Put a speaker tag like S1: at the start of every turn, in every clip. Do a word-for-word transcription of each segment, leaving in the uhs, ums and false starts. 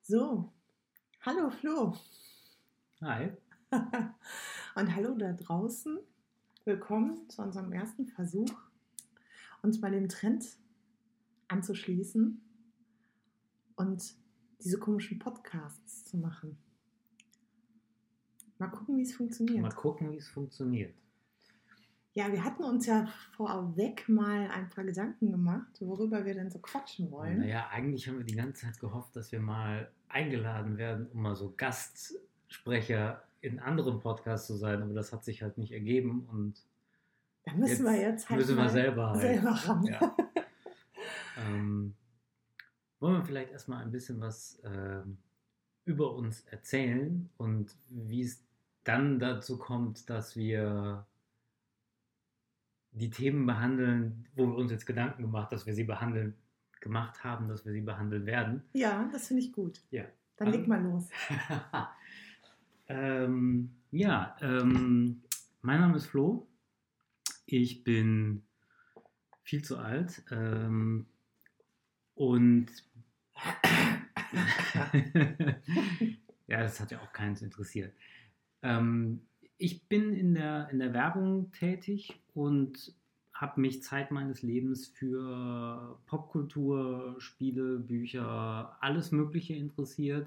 S1: So, hallo Flo.
S2: Hi.
S1: Und hallo da draußen. Willkommen zu unserem ersten Versuch, uns mal dem Trend anzuschließen und diese komischen Podcasts zu machen. Mal gucken, wie es funktioniert.
S2: Mal gucken, wie es funktioniert.
S1: Ja, wir hatten uns ja vorweg mal ein paar Gedanken gemacht, worüber wir denn so quatschen wollen.
S2: Naja, eigentlich haben wir die ganze Zeit gehofft, dass wir mal eingeladen werden, um mal so Gastsprecher in anderen Podcasts zu sein, aber das hat sich halt nicht ergeben und
S1: da müssen
S2: jetzt
S1: wir jetzt halt
S2: müssen wir
S1: mal
S2: selber, halt.
S1: selber ran.
S2: Ja. ähm, wollen wir vielleicht erstmal ein bisschen was ähm, über uns erzählen und wie es dann dazu kommt, dass wir die Themen behandeln, wo wir uns jetzt Gedanken gemacht, dass wir sie behandeln, gemacht haben, dass wir sie behandeln werden.
S1: Ja, das finde ich gut.
S2: Ja.
S1: Dann leg mal los.
S2: ähm, ja, ähm, mein Name ist Flo. Ich bin viel zu alt ähm, und ja, das hat ja auch keinen interessiert. Ähm, Ich bin in der, in der Werbung tätig und habe mich Zeit meines Lebens für Popkultur, Spiele, Bücher, alles Mögliche interessiert.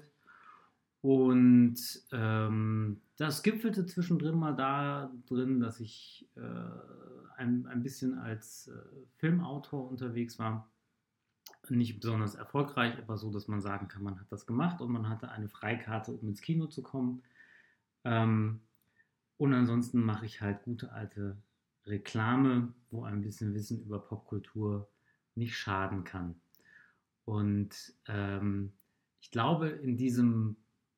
S2: Und ähm, das gipfelte zwischendrin mal da drin, dass ich äh, ein, ein bisschen als äh, Filmautor unterwegs war. Nicht besonders erfolgreich, aber so, dass man sagen kann, man hat das gemacht und man hatte eine Freikarte, um ins Kino zu kommen. Ähm, Und ansonsten mache ich halt gute alte Reklame, wo ein bisschen Wissen über Popkultur nicht schaden kann. Und ähm, ich glaube, in diesem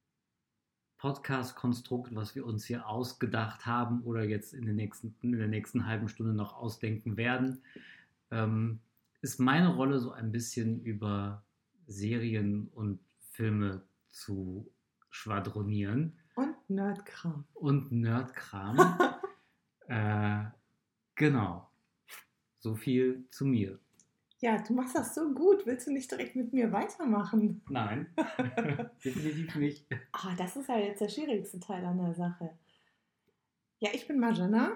S2: Podcast-Konstrukt, was wir uns hier ausgedacht haben oder jetzt in, den nächsten, in der nächsten halben Stunde noch ausdenken werden, ähm, ist meine Rolle so ein bisschen über Serien und Filme zu schwadronieren.
S1: Und Nerdkram.
S2: Und Nerdkram. äh, genau. So viel zu mir.
S1: Ja, du machst das so gut. Willst du nicht direkt mit mir weitermachen?
S2: Nein, definitiv nicht.
S1: Ah, das ist ja jetzt der schwierigste Teil an der Sache. Ja, ich bin Marjana.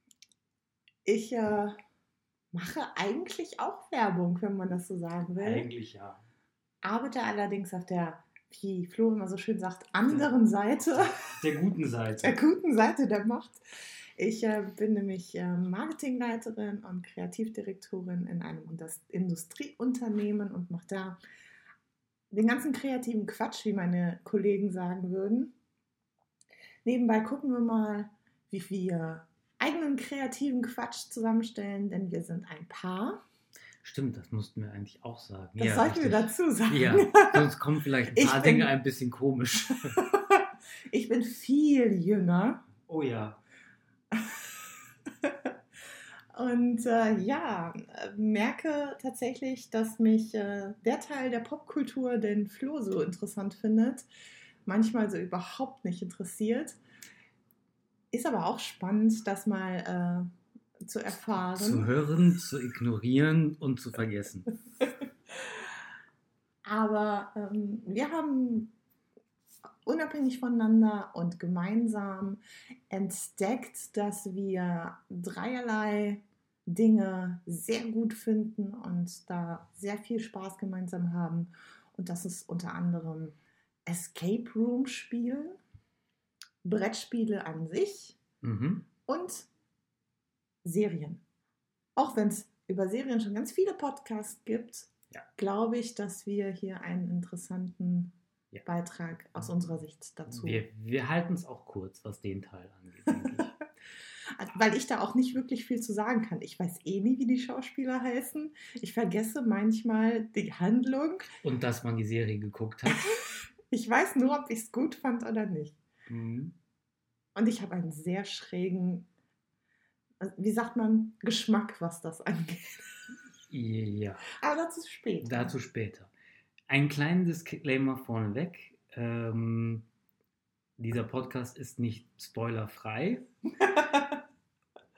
S1: Ich äh, mache eigentlich auch Werbung, wenn man das so sagen will.
S2: Eigentlich ja.
S1: Arbeite allerdings auf der, wie Flo immer so schön sagt, anderen Seite.
S2: Der guten Seite.
S1: Der guten Seite der Macht. Ich äh, bin nämlich äh, Marketingleiterin und Kreativdirektorin in einem Industrieunternehmen und mache da den ganzen kreativen Quatsch, wie meine Kollegen sagen würden. Nebenbei gucken wir mal, wie wir eigenen kreativen Quatsch zusammenstellen, denn wir sind ein Paar.
S2: Stimmt, das mussten wir eigentlich auch sagen.
S1: Das
S2: ja,
S1: sollten
S2: richtig.
S1: wir dazu sagen.
S2: Ja, sonst kommen vielleicht ein paar
S1: Ich bin-
S2: Dinge ein bisschen komisch.
S1: Ich bin viel jünger.
S2: Oh ja.
S1: Und äh, ja, merke tatsächlich, dass mich äh, der Teil der Popkultur, den Flo so interessant findet, manchmal so überhaupt nicht interessiert. Ist aber auch spannend, das mal äh, zu erfahren.
S2: Zu hören, zu ignorieren und zu vergessen.
S1: Aber ähm, wir haben unabhängig voneinander und gemeinsam entdeckt, dass wir dreierlei Dinge sehr gut finden und da sehr viel Spaß gemeinsam haben. Und das ist unter anderem Escape Room Spielen, Brettspiele an sich
S2: Mhm.
S1: und Serien. Auch wenn es über Serien schon ganz viele Podcasts gibt,
S2: Ja.
S1: glaube ich, dass wir hier einen interessanten
S2: Ja.
S1: Beitrag aus unserer Sicht dazu.
S2: Wir, wir halten es auch kurz, was den Teil angeht, denke ich.
S1: Weil ich da auch nicht wirklich viel zu sagen kann. Ich weiß eh nie, wie die Schauspieler heißen. Ich vergesse manchmal die Handlung.
S2: Und dass man die Serie geguckt hat.
S1: Ich weiß nur, ob ich es gut fand oder nicht.
S2: Mhm.
S1: Und ich habe einen sehr schrägen, wie sagt man, Geschmack, was das angeht.
S2: Ja.
S1: Aber dazu später.
S2: Dazu später. Ein kleinen Disclaimer vorneweg. Ähm, dieser Podcast ist nicht spoilerfrei.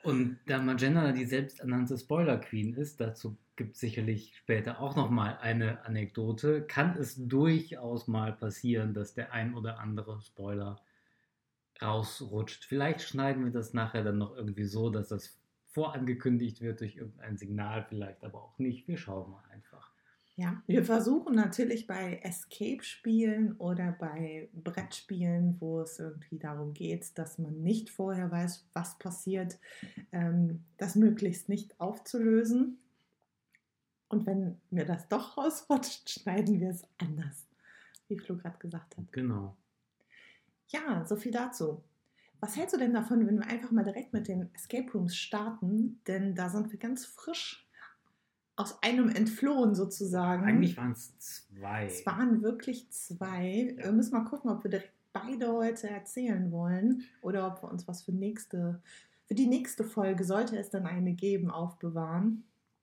S2: Und da Magenta die selbsternannte Spoiler-Queen ist, dazu gibt es sicherlich später auch nochmal eine Anekdote, kann es durchaus mal passieren, dass der ein oder andere Spoiler rausrutscht. Vielleicht schneiden wir das nachher dann noch irgendwie so, dass das vorangekündigt wird durch irgendein Signal, vielleicht aber auch nicht. Wir schauen mal einfach.
S1: Ja, wir versuchen natürlich bei Escape-Spielen oder bei Brettspielen, wo es irgendwie darum geht, dass man nicht vorher weiß, was passiert, ähm, das möglichst nicht aufzulösen. Und wenn mir das doch rausrutscht, schneiden wir es anders, wie Flo gerade gesagt hat.
S2: Genau.
S1: Ja, so viel dazu. Was hältst du denn davon, wenn wir einfach mal direkt mit den Escape Rooms starten? Denn da sind wir ganz frisch aus einem entflohen sozusagen.
S2: Eigentlich waren es zwei.
S1: Es waren wirklich zwei. Ja. Wir müssen mal gucken, ob wir direkt beide heute erzählen wollen oder ob wir uns was für, nächste, für die nächste Folge, sollte es dann eine geben, aufbewahren.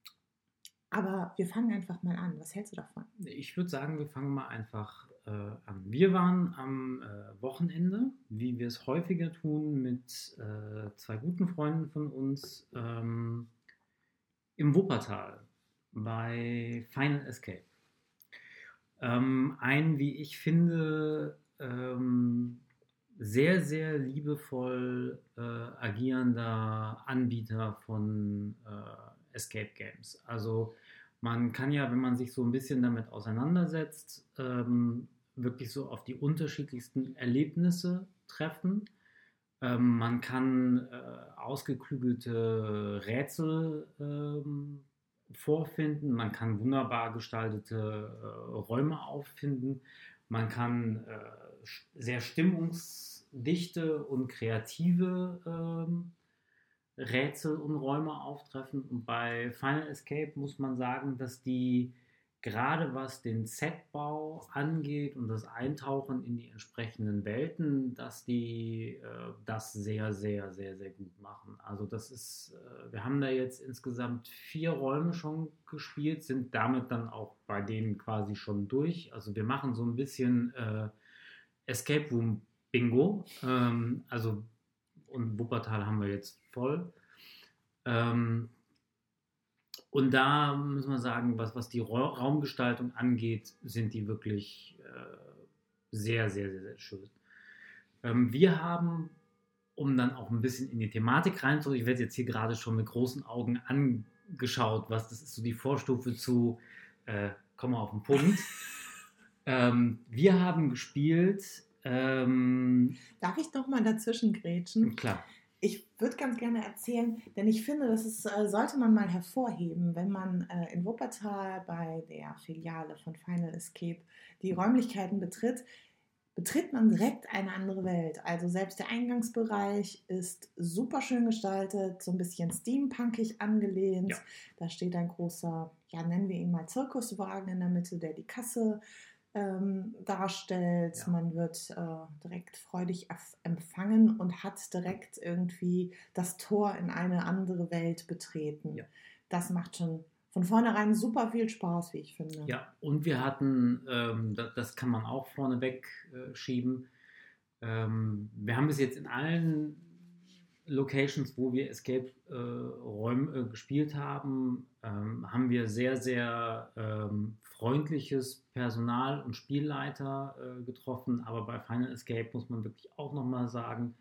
S1: Aber wir fangen einfach mal an. Was hältst du davon?
S2: Ich würde sagen, wir fangen mal einfach äh, an. Wir waren am äh, Wochenende, wie wir es häufiger tun, mit äh, zwei guten Freunden von uns ähm, im Wuppertal bei Final Escape. Ähm, ein, wie ich finde, ähm, sehr, sehr liebevoll äh, agierender Anbieter von äh, Escape Games. Also man kann ja, wenn man sich so ein bisschen damit auseinandersetzt, ähm, wirklich so auf die unterschiedlichsten Erlebnisse treffen. Ähm, man kann äh, ausgeklügelte Rätsel ähm, vorfinden, man kann wunderbar gestaltete äh, Räume auffinden, man kann äh, sehr stimmungsdichte und kreative ähm, Rätsel und Räume auftreffen. Und bei Final Escape muss man sagen, dass die gerade was den Setbau angeht und das Eintauchen in die entsprechenden Welten, dass die äh, das sehr, sehr, sehr, sehr gut machen. Also das ist, äh, wir haben da jetzt insgesamt vier Räume schon gespielt, sind damit dann auch bei denen quasi schon durch. Also wir machen so ein bisschen äh, Escape Room Bingo. Ähm, also und Wuppertal haben wir jetzt voll. Ähm, Und da muss man sagen, was, was die Ra- Raumgestaltung angeht, sind die wirklich äh, sehr, sehr, sehr, sehr schön. Ähm, wir haben, um dann auch ein bisschen in die Thematik reinzugehen, ich werde jetzt hier gerade schon mit großen Augen angeschaut, was das ist so die Vorstufe zu, äh, komm mal auf den Punkt. ähm, wir haben gespielt. Ähm,
S1: Darf ich noch mal dazwischen grätschen?
S2: Klar.
S1: Ich würde ganz gerne erzählen, denn ich finde, das ist, äh, sollte man mal hervorheben, wenn man äh, in Wuppertal bei der Filiale von Final Escape die Räumlichkeiten betritt, betritt man direkt eine andere Welt. Also selbst der Eingangsbereich ist super schön gestaltet, so ein bisschen steampunkig angelehnt. Ja. Da steht ein großer, ja nennen wir ihn mal Zirkuswagen in der Mitte, der die Kasse Ähm, darstellt. Ja. Man wird äh, direkt freudig empfangen und hat direkt irgendwie das Tor in eine andere Welt betreten. Ja. Das macht schon von vornherein super viel Spaß, wie ich finde.
S2: Ja, und wir hatten, ähm, das, das kann man auch vorneweg äh, schieben, ähm, wir haben bis jetzt in allen Locations, wo wir Escape-Räume äh, gespielt haben, ähm, haben wir sehr, sehr ähm, freundliches Personal und Spielleiter äh, getroffen. Aber bei Final Escape muss man wirklich auch nochmal sagen,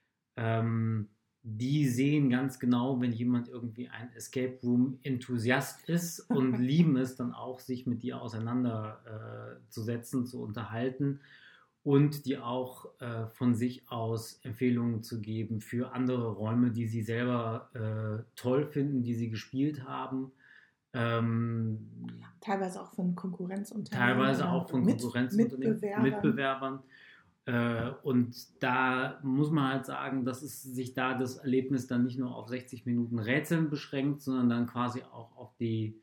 S2: ähm, die sehen ganz genau, wenn jemand irgendwie ein Escape Room-Enthusiast ist und lieben es dann auch, sich mit dir auseinanderzusetzen, äh, zu unterhalten. Und die auch äh, von sich aus Empfehlungen zu geben für andere Räume, die sie selber äh, toll finden, die sie gespielt haben. Ähm,
S1: teilweise auch von Konkurrenzunternehmen.
S2: Teilweise auch von
S1: mit,
S2: Konkurrenzunternehmen,
S1: Mitbewerbern.
S2: Mitbewerbern. Äh, und da muss man halt sagen, dass es sich da das Erlebnis dann nicht nur auf sechzig Minuten Rätseln beschränkt, sondern dann quasi auch auf die,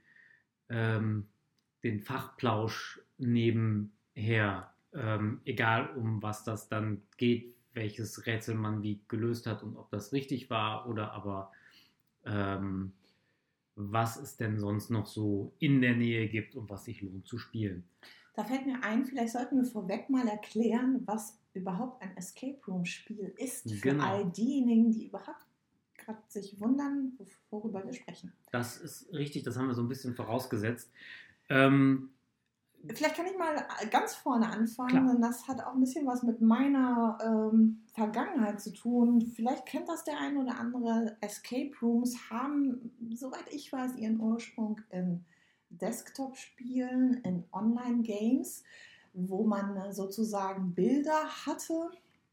S2: ähm, den Fachplausch nebenher. Ähm, egal um was das dann geht, welches Rätsel man wie gelöst hat und ob das richtig war oder aber ähm, was es denn sonst noch so in der Nähe gibt und was sich lohnt zu spielen.
S1: Da fällt mir ein, vielleicht sollten wir vorweg mal erklären, was überhaupt ein Escape Room Spiel ist für genau. all diejenigen, die überhaupt hat sich wundern, worüber wir sprechen.
S2: Das ist richtig, das haben wir so ein bisschen vorausgesetzt. Ähm,
S1: Vielleicht kann ich mal ganz vorne anfangen,
S2: Klar.
S1: denn das hat auch ein bisschen was mit meiner ähm, Vergangenheit zu tun. Vielleicht kennt das der eine oder andere. Escape Rooms haben, soweit ich weiß, ihren Ursprung in Desktop-Spielen, in Online-Games, wo man sozusagen Bilder hatte,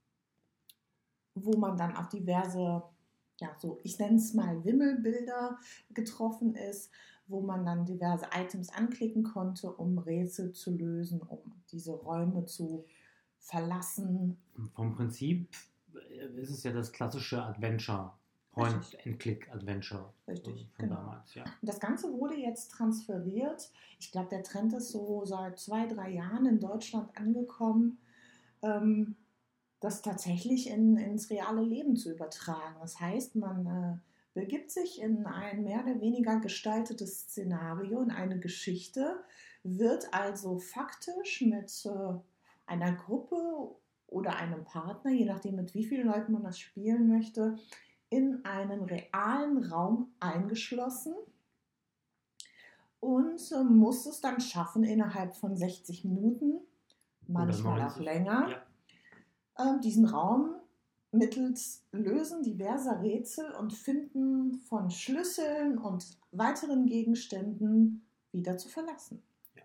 S1: wo man dann auf diverse, ja, so ich nenne es mal Wimmelbilder getroffen ist, wo man dann diverse Items anklicken konnte, um Rätsel zu lösen, um diese Räume zu verlassen.
S2: Vom Prinzip ist es ja das klassische Adventure, Point-and-Click-Adventure.
S1: Richtig,
S2: von
S1: genau.
S2: damals, ja.
S1: Und das Ganze wurde jetzt transferiert. Ich glaube, der Trend ist so seit zwei, drei Jahren in Deutschland angekommen, ähm, das tatsächlich in, ins reale Leben zu übertragen. Das heißt, man äh, begibt sich in ein mehr oder weniger gestaltetes Szenario, in eine Geschichte, wird also faktisch mit äh, einer Gruppe oder einem Partner, je nachdem mit wie vielen Leuten man das spielen möchte, in einen realen Raum eingeschlossen und äh, muss es dann schaffen, innerhalb von sechzig Minuten, manchmal auch länger, ja. äh, diesen Raum mittels Lösen diverser Rätsel und Finden von Schlüsseln und weiteren Gegenständen wieder zu verlassen.
S2: Ja.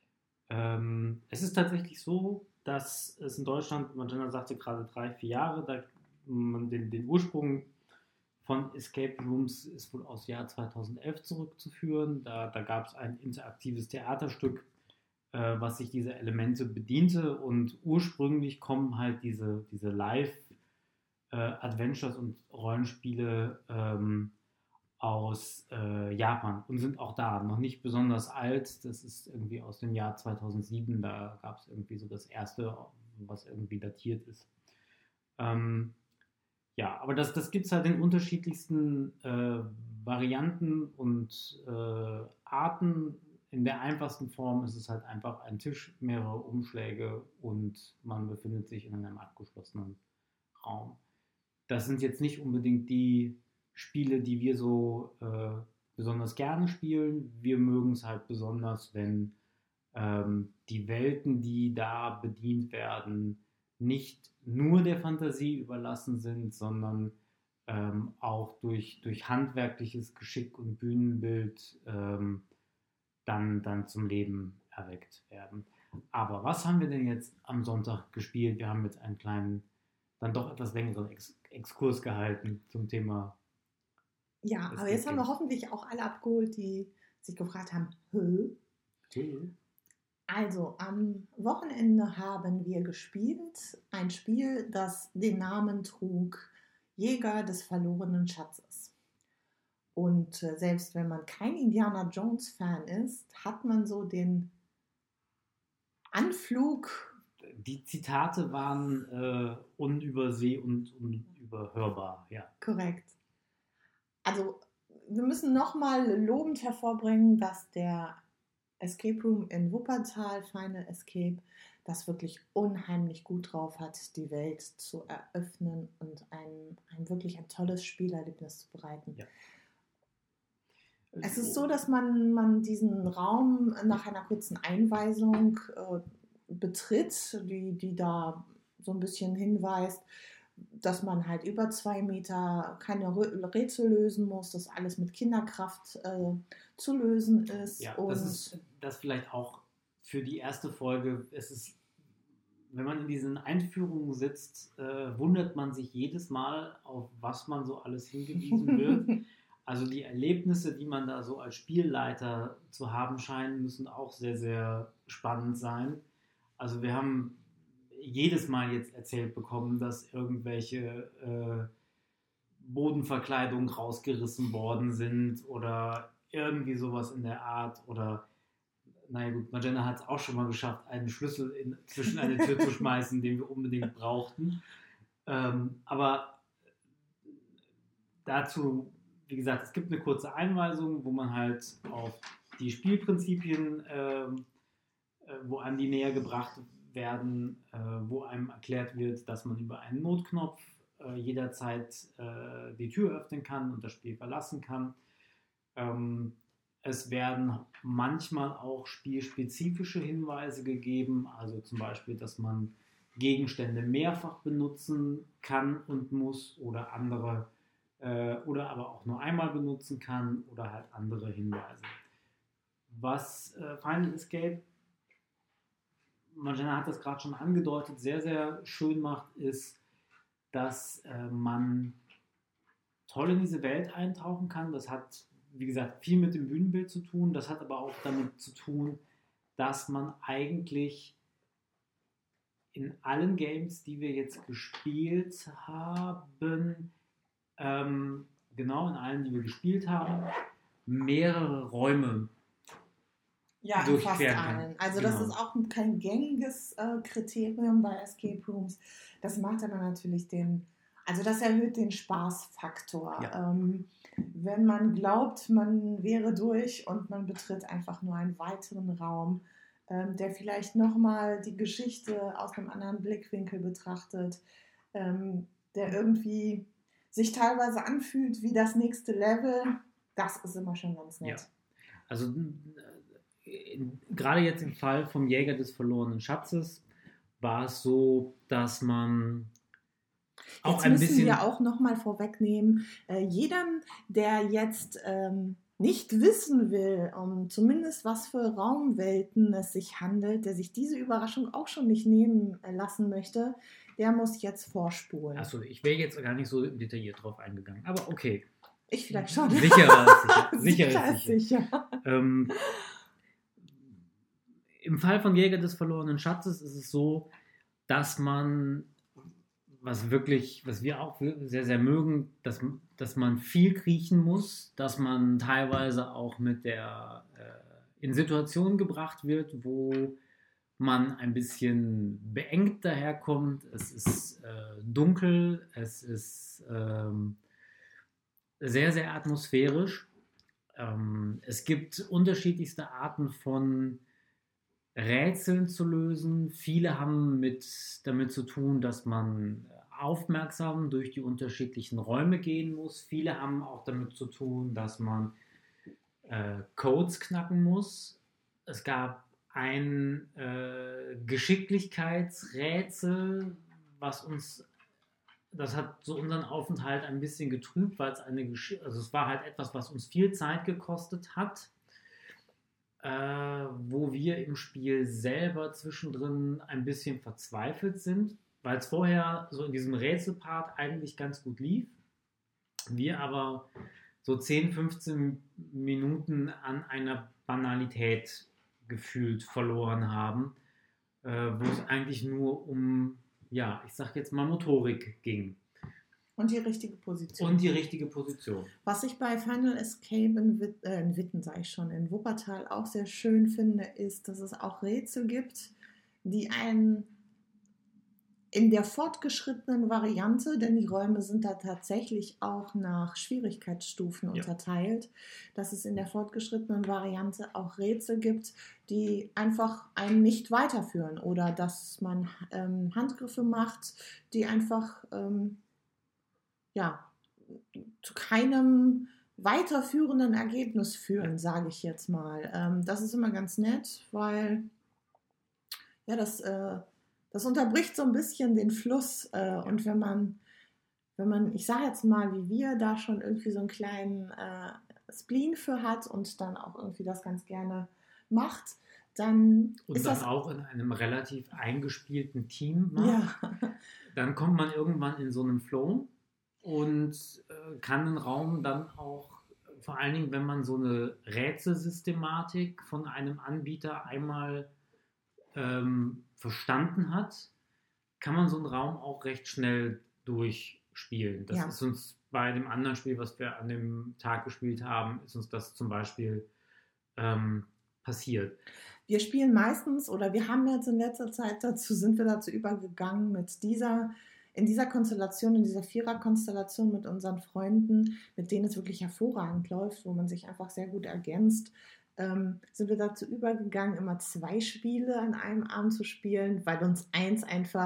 S2: Ähm, es ist tatsächlich so, dass es in Deutschland, Margina sagte gerade drei, vier Jahre, da man den, den Ursprung von Escape Rooms ist wohl aus Jahr zweitausendelf zurückzuführen. Da, da gab es ein interaktives Theaterstück, äh, was sich dieser Elemente bediente, und ursprünglich kommen halt diese, diese Live- Äh, Adventures und Rollenspiele ähm, aus äh, Japan und sind auch da, noch nicht besonders alt. Das ist irgendwie aus dem Jahr zweitausendsieben, da gab es irgendwie so das erste, was irgendwie datiert ist. Ähm, ja, aber das, das gibt es halt in unterschiedlichsten äh, Varianten und äh, Arten. In der einfachsten Form ist es halt einfach ein Tisch, mehrere Umschläge und man befindet sich in einem abgeschlossenen Raum. Das sind jetzt nicht unbedingt die Spiele, die wir so äh, besonders gerne spielen. Wir mögen es halt besonders, wenn ähm, die Welten, die da bedient werden, nicht nur der Fantasie überlassen sind, sondern ähm, auch durch, durch handwerkliches Geschick und Bühnenbild ähm, dann, dann zum Leben erweckt werden. Aber was haben wir denn jetzt am Sonntag gespielt? Wir haben jetzt einen kleinen, dann doch etwas längeren Ex- Exkurs gehalten zum Thema.
S1: Ja, aber jetzt haben wir hoffentlich auch alle abgeholt, die sich gefragt haben, Hö?
S2: Hö?
S1: Also, am Wochenende haben wir gespielt ein Spiel, das den Namen trug Jäger des verlorenen Schatzes. Und äh, selbst wenn man kein Indiana Jones-Fan ist, hat man so den Anflug.
S2: Die Zitate waren äh, unüberseh und unüberhörbar, ja.
S1: Korrekt. Also, wir müssen nochmal lobend hervorbringen, dass der Escape Room in Wuppertal, Final Escape, das wirklich unheimlich gut drauf hat, die Welt zu eröffnen und ein, ein wirklich ein tolles Spielerlebnis zu bereiten. Ja. Es ist so, dass man, man diesen Raum nach einer kurzen Einweisung äh, betritt, die, die da so ein bisschen hinweist, dass man halt über zwei Meter keine Rätsel lösen muss, dass alles mit Kinderkraft äh, zu lösen ist.
S2: Ja,
S1: und
S2: das ist das vielleicht auch für die erste Folge. Es ist, wenn man in diesen Einführungen sitzt, äh, wundert man sich jedes Mal, auf was man so alles hingewiesen wird. Also die Erlebnisse, die man da so als Spielleiter zu haben scheint, müssen auch sehr, sehr spannend sein. Also wir haben jedes Mal jetzt erzählt bekommen, dass irgendwelche äh, Bodenverkleidungen rausgerissen worden sind oder irgendwie sowas in der Art. Oder, naja gut, Margina hat es auch schon mal geschafft, einen Schlüssel in, zwischen eine Tür zu schmeißen, den wir unbedingt brauchten. Ähm, aber dazu, wie gesagt, es gibt eine kurze Einweisung, wo man halt auf die Spielprinzipien, ähm, äh, wo einem die näher gebracht werden, äh, wo einem erklärt wird, dass man über einen Notknopf äh, jederzeit äh, die Tür öffnen kann und das Spiel verlassen kann. Ähm, es werden manchmal auch spielspezifische Hinweise gegeben, also zum Beispiel, dass man Gegenstände mehrfach benutzen kann und muss oder andere äh, oder aber auch nur einmal benutzen kann oder halt andere Hinweise. Was äh, Final Escape, Marjana hat das gerade schon angedeutet, sehr, sehr schön macht, ist, dass äh, man toll in diese Welt eintauchen kann. Das hat, wie gesagt, viel mit dem Bühnenbild zu tun. Das hat aber auch damit zu tun, dass man eigentlich in allen Games, die wir jetzt gespielt haben, ähm, genau in allen, die wir gespielt haben, mehrere Räume
S1: Ja, in fast allen. Also das genau. ist auch kein gängiges äh, Kriterium bei Escape Rooms. Das macht aber natürlich den, also das erhöht den Spaßfaktor. Ja. Ähm, wenn man glaubt, man wäre durch und man betritt einfach nur einen weiteren Raum, ähm, der vielleicht nochmal die Geschichte aus einem anderen Blickwinkel betrachtet, ähm, der irgendwie sich teilweise anfühlt wie das nächste Level, das ist immer schon ganz nett.
S2: Ja. Also gerade jetzt im Fall vom Jäger des verlorenen Schatzes war es so, dass man auch
S1: jetzt
S2: ein
S1: müssen
S2: bisschen...
S1: wir auch nochmal vorwegnehmen, äh, jeder, der jetzt ähm, nicht wissen will, um zumindest was für Raumwelten es sich handelt, der sich diese Überraschung auch schon nicht nehmen lassen möchte, der muss jetzt vorspulen.
S2: Achso, ich wäre jetzt gar nicht so detailliert drauf eingegangen, aber okay.
S1: Ich vielleicht schon.
S2: Sicherer ist sicher. Sicher,
S1: sicher
S2: ist sicher. sicher. Ähm, Im Fall von Jäger des verlorenen Schatzes ist es so, dass man, was wirklich, was wir auch sehr, sehr mögen, dass, dass man viel kriechen muss, dass man teilweise auch mit der, äh, in Situationen gebracht wird, wo man ein bisschen beengt daherkommt. Es ist äh, dunkel, es ist ähm, sehr, sehr atmosphärisch. Ähm, es gibt unterschiedlichste Arten von Rätseln zu lösen. Viele haben mit, damit zu tun, dass man aufmerksam durch die unterschiedlichen Räume gehen muss. Viele haben auch damit zu tun, dass man äh, Codes knacken muss. Es gab ein äh, Geschicklichkeitsrätsel, was uns, das hat so unseren Aufenthalt ein bisschen getrübt, weil es eine Gesch- also es war halt etwas, was uns viel Zeit gekostet hat. Äh, wo wir im Spiel selber zwischendrin ein bisschen verzweifelt sind, weil es vorher so in diesem Rätselpart eigentlich ganz gut lief. Wir aber so zehn, fünfzehn Minuten an einer Banalität gefühlt verloren haben, äh, wo es eigentlich nur um, ja, ich sag jetzt mal Motorik ging.
S1: Und die richtige Position.
S2: Und die richtige Position.
S1: Was ich bei Final Escape in, Witt, äh, in Witten, sage ich schon, in Wuppertal auch sehr schön finde, ist, dass es auch Rätsel gibt, die einen in der fortgeschrittenen Variante, denn die Räume sind da tatsächlich auch nach Schwierigkeitsstufen ja. unterteilt, dass es in der fortgeschrittenen Variante auch Rätsel gibt, die einfach einen nicht weiterführen oder dass man ähm, Handgriffe macht, die einfach... Ähm, ja, zu keinem weiterführenden Ergebnis führen, sage ich jetzt mal. Ähm, das ist immer ganz nett, weil ja, das, äh, das unterbricht so ein bisschen den Fluss. Äh, und wenn man, wenn man, ich sage jetzt mal, wie wir da schon irgendwie so einen kleinen äh, Spleen für hat und dann auch irgendwie das ganz gerne macht, dann
S2: und
S1: ist
S2: dann
S1: das
S2: auch in einem relativ eingespielten Team macht,
S1: ja.
S2: Dann kommt man irgendwann in so einen Flow und äh, kann den Raum dann auch, vor allen Dingen, wenn man so eine Rätselsystematik von einem Anbieter einmal ähm, verstanden hat, kann man so einen Raum auch recht schnell durchspielen. Das ja. ist uns bei dem anderen Spiel, was wir an dem Tag gespielt haben, ist uns das zum Beispiel ähm, passiert.
S1: Wir spielen meistens, oder wir haben jetzt in letzter Zeit dazu, sind wir dazu übergegangen, mit dieser in dieser Konstellation, in dieser Vierer-Konstellation mit unseren Freunden, mit denen es wirklich hervorragend läuft, wo man sich einfach sehr gut ergänzt, ähm, sind wir dazu übergegangen, immer zwei Spiele an einem Abend zu spielen, weil uns eins einfach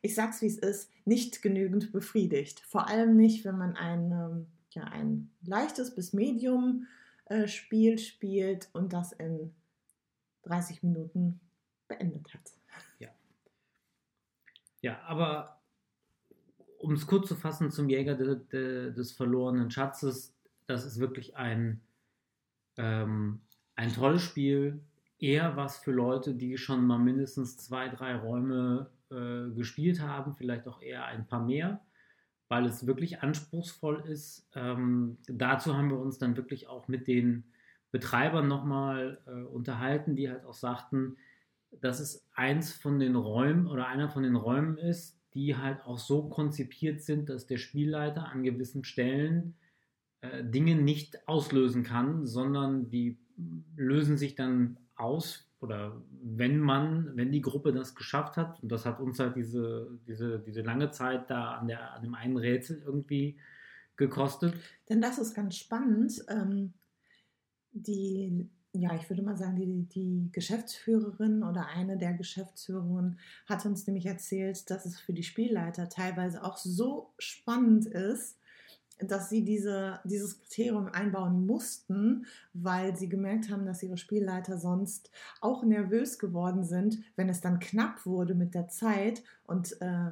S1: ich sag's wie es ist, nicht genügend befriedigt. Vor allem nicht, wenn man ein, ähm, ja, ein leichtes bis Medium äh, Spiel spielt und das in dreißig Minuten beendet hat.
S2: Ja. Ja, aber um es kurz zu fassen zum Jäger de, de, des verlorenen Schatzes, das ist wirklich ein, ähm, ein tolles Spiel. Eher was für Leute, die schon mal mindestens zwei, drei Räume äh, gespielt haben, vielleicht auch eher ein paar mehr, weil es wirklich anspruchsvoll ist. Ähm, dazu haben wir uns dann wirklich auch mit den Betreibern nochmal äh, unterhalten, die halt auch sagten, dass es eins von den Räumen oder einer von den Räumen ist, die halt auch so konzipiert sind, dass der Spielleiter an gewissen Stellen äh, Dinge nicht auslösen kann, sondern die lösen sich dann aus, oder wenn man, wenn die Gruppe das geschafft hat, und das hat uns halt diese, diese, diese lange Zeit da an, der, an dem einen Rätsel irgendwie gekostet.
S1: Denn das ist ganz spannend. Ähm, die, ja, ich würde mal sagen, die, die Geschäftsführerin oder eine der Geschäftsführerinnen hat uns nämlich erzählt, dass es für die Spielleiter teilweise auch so spannend ist, dass sie diese, dieses Kriterium einbauen mussten, weil sie gemerkt haben, dass ihre Spielleiter sonst auch nervös geworden sind, wenn es dann knapp wurde mit der Zeit und äh,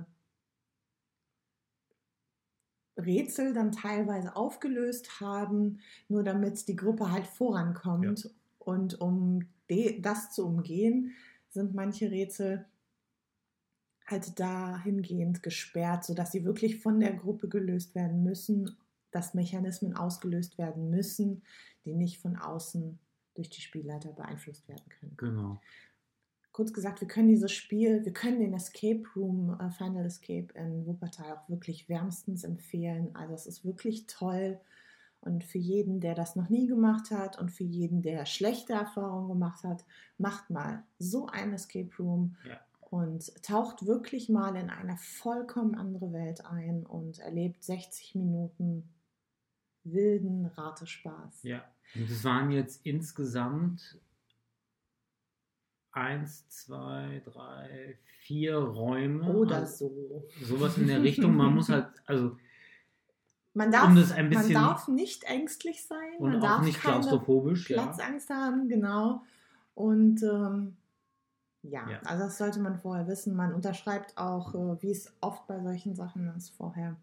S1: Rätsel dann teilweise aufgelöst haben, nur damit die Gruppe halt vorankommt. Ja. Und um de- das zu umgehen, sind manche Rätsel halt dahingehend gesperrt, sodass sie wirklich von der Gruppe gelöst werden müssen, dass Mechanismen ausgelöst werden müssen, die nicht von außen durch die Spielleiter beeinflusst werden können.
S2: Genau.
S1: Kurz gesagt, wir können dieses Spiel, wir können den Escape Room, uh, Final Escape in Wuppertal auch wirklich wärmstens empfehlen. Also es ist wirklich toll und für jeden, der das noch nie gemacht hat und für jeden, der schlechte Erfahrungen gemacht hat, macht mal so ein Escape Room. Ja. Und taucht wirklich mal in eine vollkommen andere Welt ein und erlebt sechzig Minuten wilden Ratespaß.
S2: Ja, und es waren jetzt insgesamt eins, zwei, drei, vier Räume.
S1: Oder also, so.
S2: Sowas in der Richtung. Man muss halt, also
S1: man darf, um das ein bisschen, man darf nicht ängstlich sein.
S2: Und
S1: man
S2: auch
S1: darf
S2: nicht klaustrophobisch.
S1: Platzangst ja. haben, genau. Und ähm, Ja,
S2: ja,
S1: also das sollte man vorher wissen. Man unterschreibt auch, äh, wie es oft bei solchen Sachen ist, vorher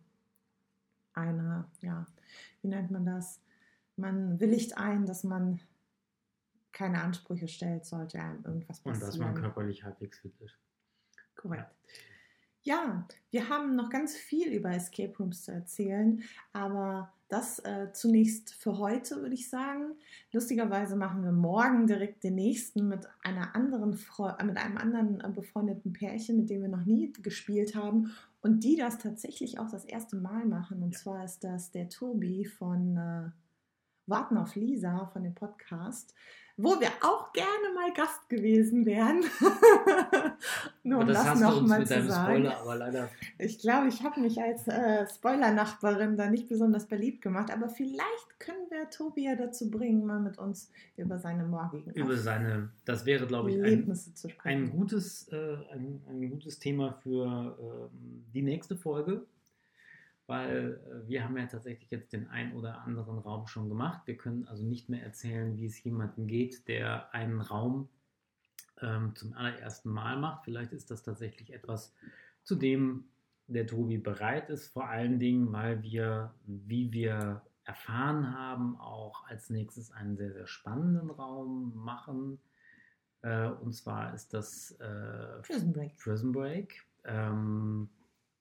S1: eine, ja, wie nennt man das? Man willigt ein, dass man keine Ansprüche stellt, sollte einem irgendwas passieren.
S2: Und dass man körperlich halbwegs fit ist.
S1: Korrekt. Ja. ja, wir haben noch ganz viel über Escape Rooms zu erzählen, aber das äh, zunächst für heute, würde ich sagen. Lustigerweise machen wir morgen direkt den nächsten mit einer anderen Fre- mit einem anderen äh, befreundeten Pärchen, mit dem wir noch nie gespielt haben und die das tatsächlich auch das erste Mal machen. Und ja. zwar ist das der Tobi von äh, Warten auf Lisa von dem Podcast, wo wir auch gerne mal Gast gewesen wären.
S2: Nur um das, das nochmal zu sagen. Spoiler, aber leider.
S1: Ich glaube, ich habe mich als äh, Spoiler-Nachbarin da nicht besonders beliebt gemacht, aber vielleicht können wir Tobi ja dazu bringen, mal mit uns über seine morgigen
S2: Über seine, das wäre, glaube ich,
S1: Erlebnisse
S2: ein,
S1: zu sprechen.
S2: Ein, gutes, äh, ein, ein gutes Thema für äh, die nächste Folge. Weil äh, wir haben ja tatsächlich jetzt den ein oder anderen Raum schon gemacht. Wir können also nicht mehr erzählen, wie es jemandem geht, der einen Raum ähm, zum allerersten Mal macht. Vielleicht ist das tatsächlich etwas, zu dem der Tobi bereit ist. Vor allen Dingen, weil wir, wie wir erfahren haben, auch als nächstes einen sehr, sehr spannenden Raum machen. Äh, und zwar ist das äh,
S1: Prison Break.
S2: Prison Break. Ähm,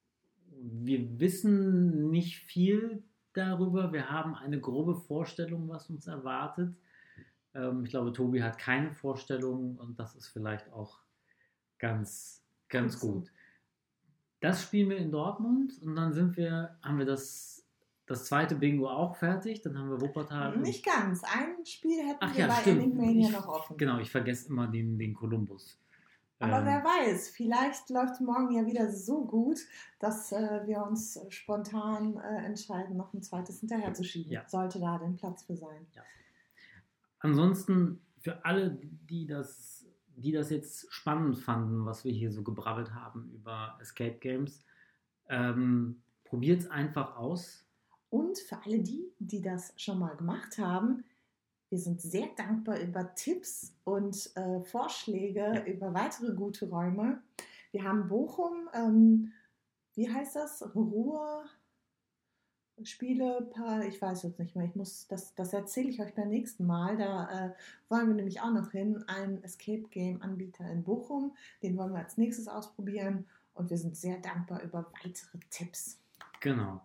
S2: Wir wissen nicht viel darüber. Wir haben eine grobe Vorstellung, was uns erwartet. Ähm, ich glaube, Tobi hat keine Vorstellung und das ist vielleicht auch ganz, ganz gut. Das spielen wir in Dortmund und dann sind wir, haben wir das, das zweite Bingo auch fertig. Dann haben wir Wuppertal.
S1: Nicht ganz. Ein Spiel hätten
S2: Ach,
S1: wir
S2: ja,
S1: bei
S2: stimmt.
S1: Enigmania
S2: ich,
S1: noch offen.
S2: Genau, ich vergesse immer den, den Columbus.
S1: Aber wer weiß, vielleicht läuft morgen ja wieder so gut, dass äh, wir uns spontan äh, entscheiden, noch ein zweites hinterher zu schieben. Ja. Sollte da denn Platz für sein.
S2: Ja. Ansonsten, für alle, die das die das jetzt spannend fanden, was wir hier so gebrabbelt haben über Escape Games, ähm, probiert es einfach aus.
S1: Und für alle die, die das schon mal gemacht haben, wir sind sehr dankbar über Tipps und äh, Vorschläge
S2: Ja.
S1: über weitere gute Räume. Wir haben Bochum, ähm, wie heißt das? Ruhe, Spiele, ich weiß jetzt nicht mehr. Ich muss, das, das erzähle ich euch beim nächsten Mal. Da äh, wollen wir nämlich auch noch hin. Ein Escape Game Anbieter in Bochum. Den wollen wir als nächstes ausprobieren. Und wir sind sehr dankbar über weitere Tipps.
S2: Genau.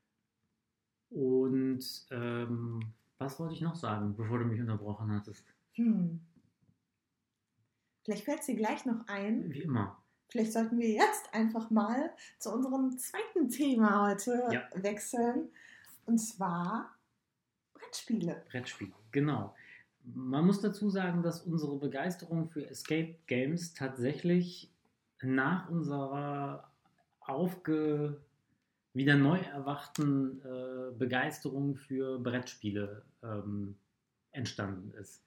S2: Und ähm, was wollte ich noch sagen, bevor du mich unterbrochen hattest?
S1: Hm. Vielleicht fällt es dir gleich noch ein.
S2: Wie immer.
S1: Vielleicht sollten wir jetzt einfach mal zu unserem zweiten Thema heute
S2: ja.
S1: wechseln. Und zwar Brettspiele.
S2: Brettspiele, genau. Man muss dazu sagen, dass unsere Begeisterung für Escape Games tatsächlich nach unserer aufge wieder neu erwachten äh, Begeisterung für Brettspiele ähm, entstanden ist.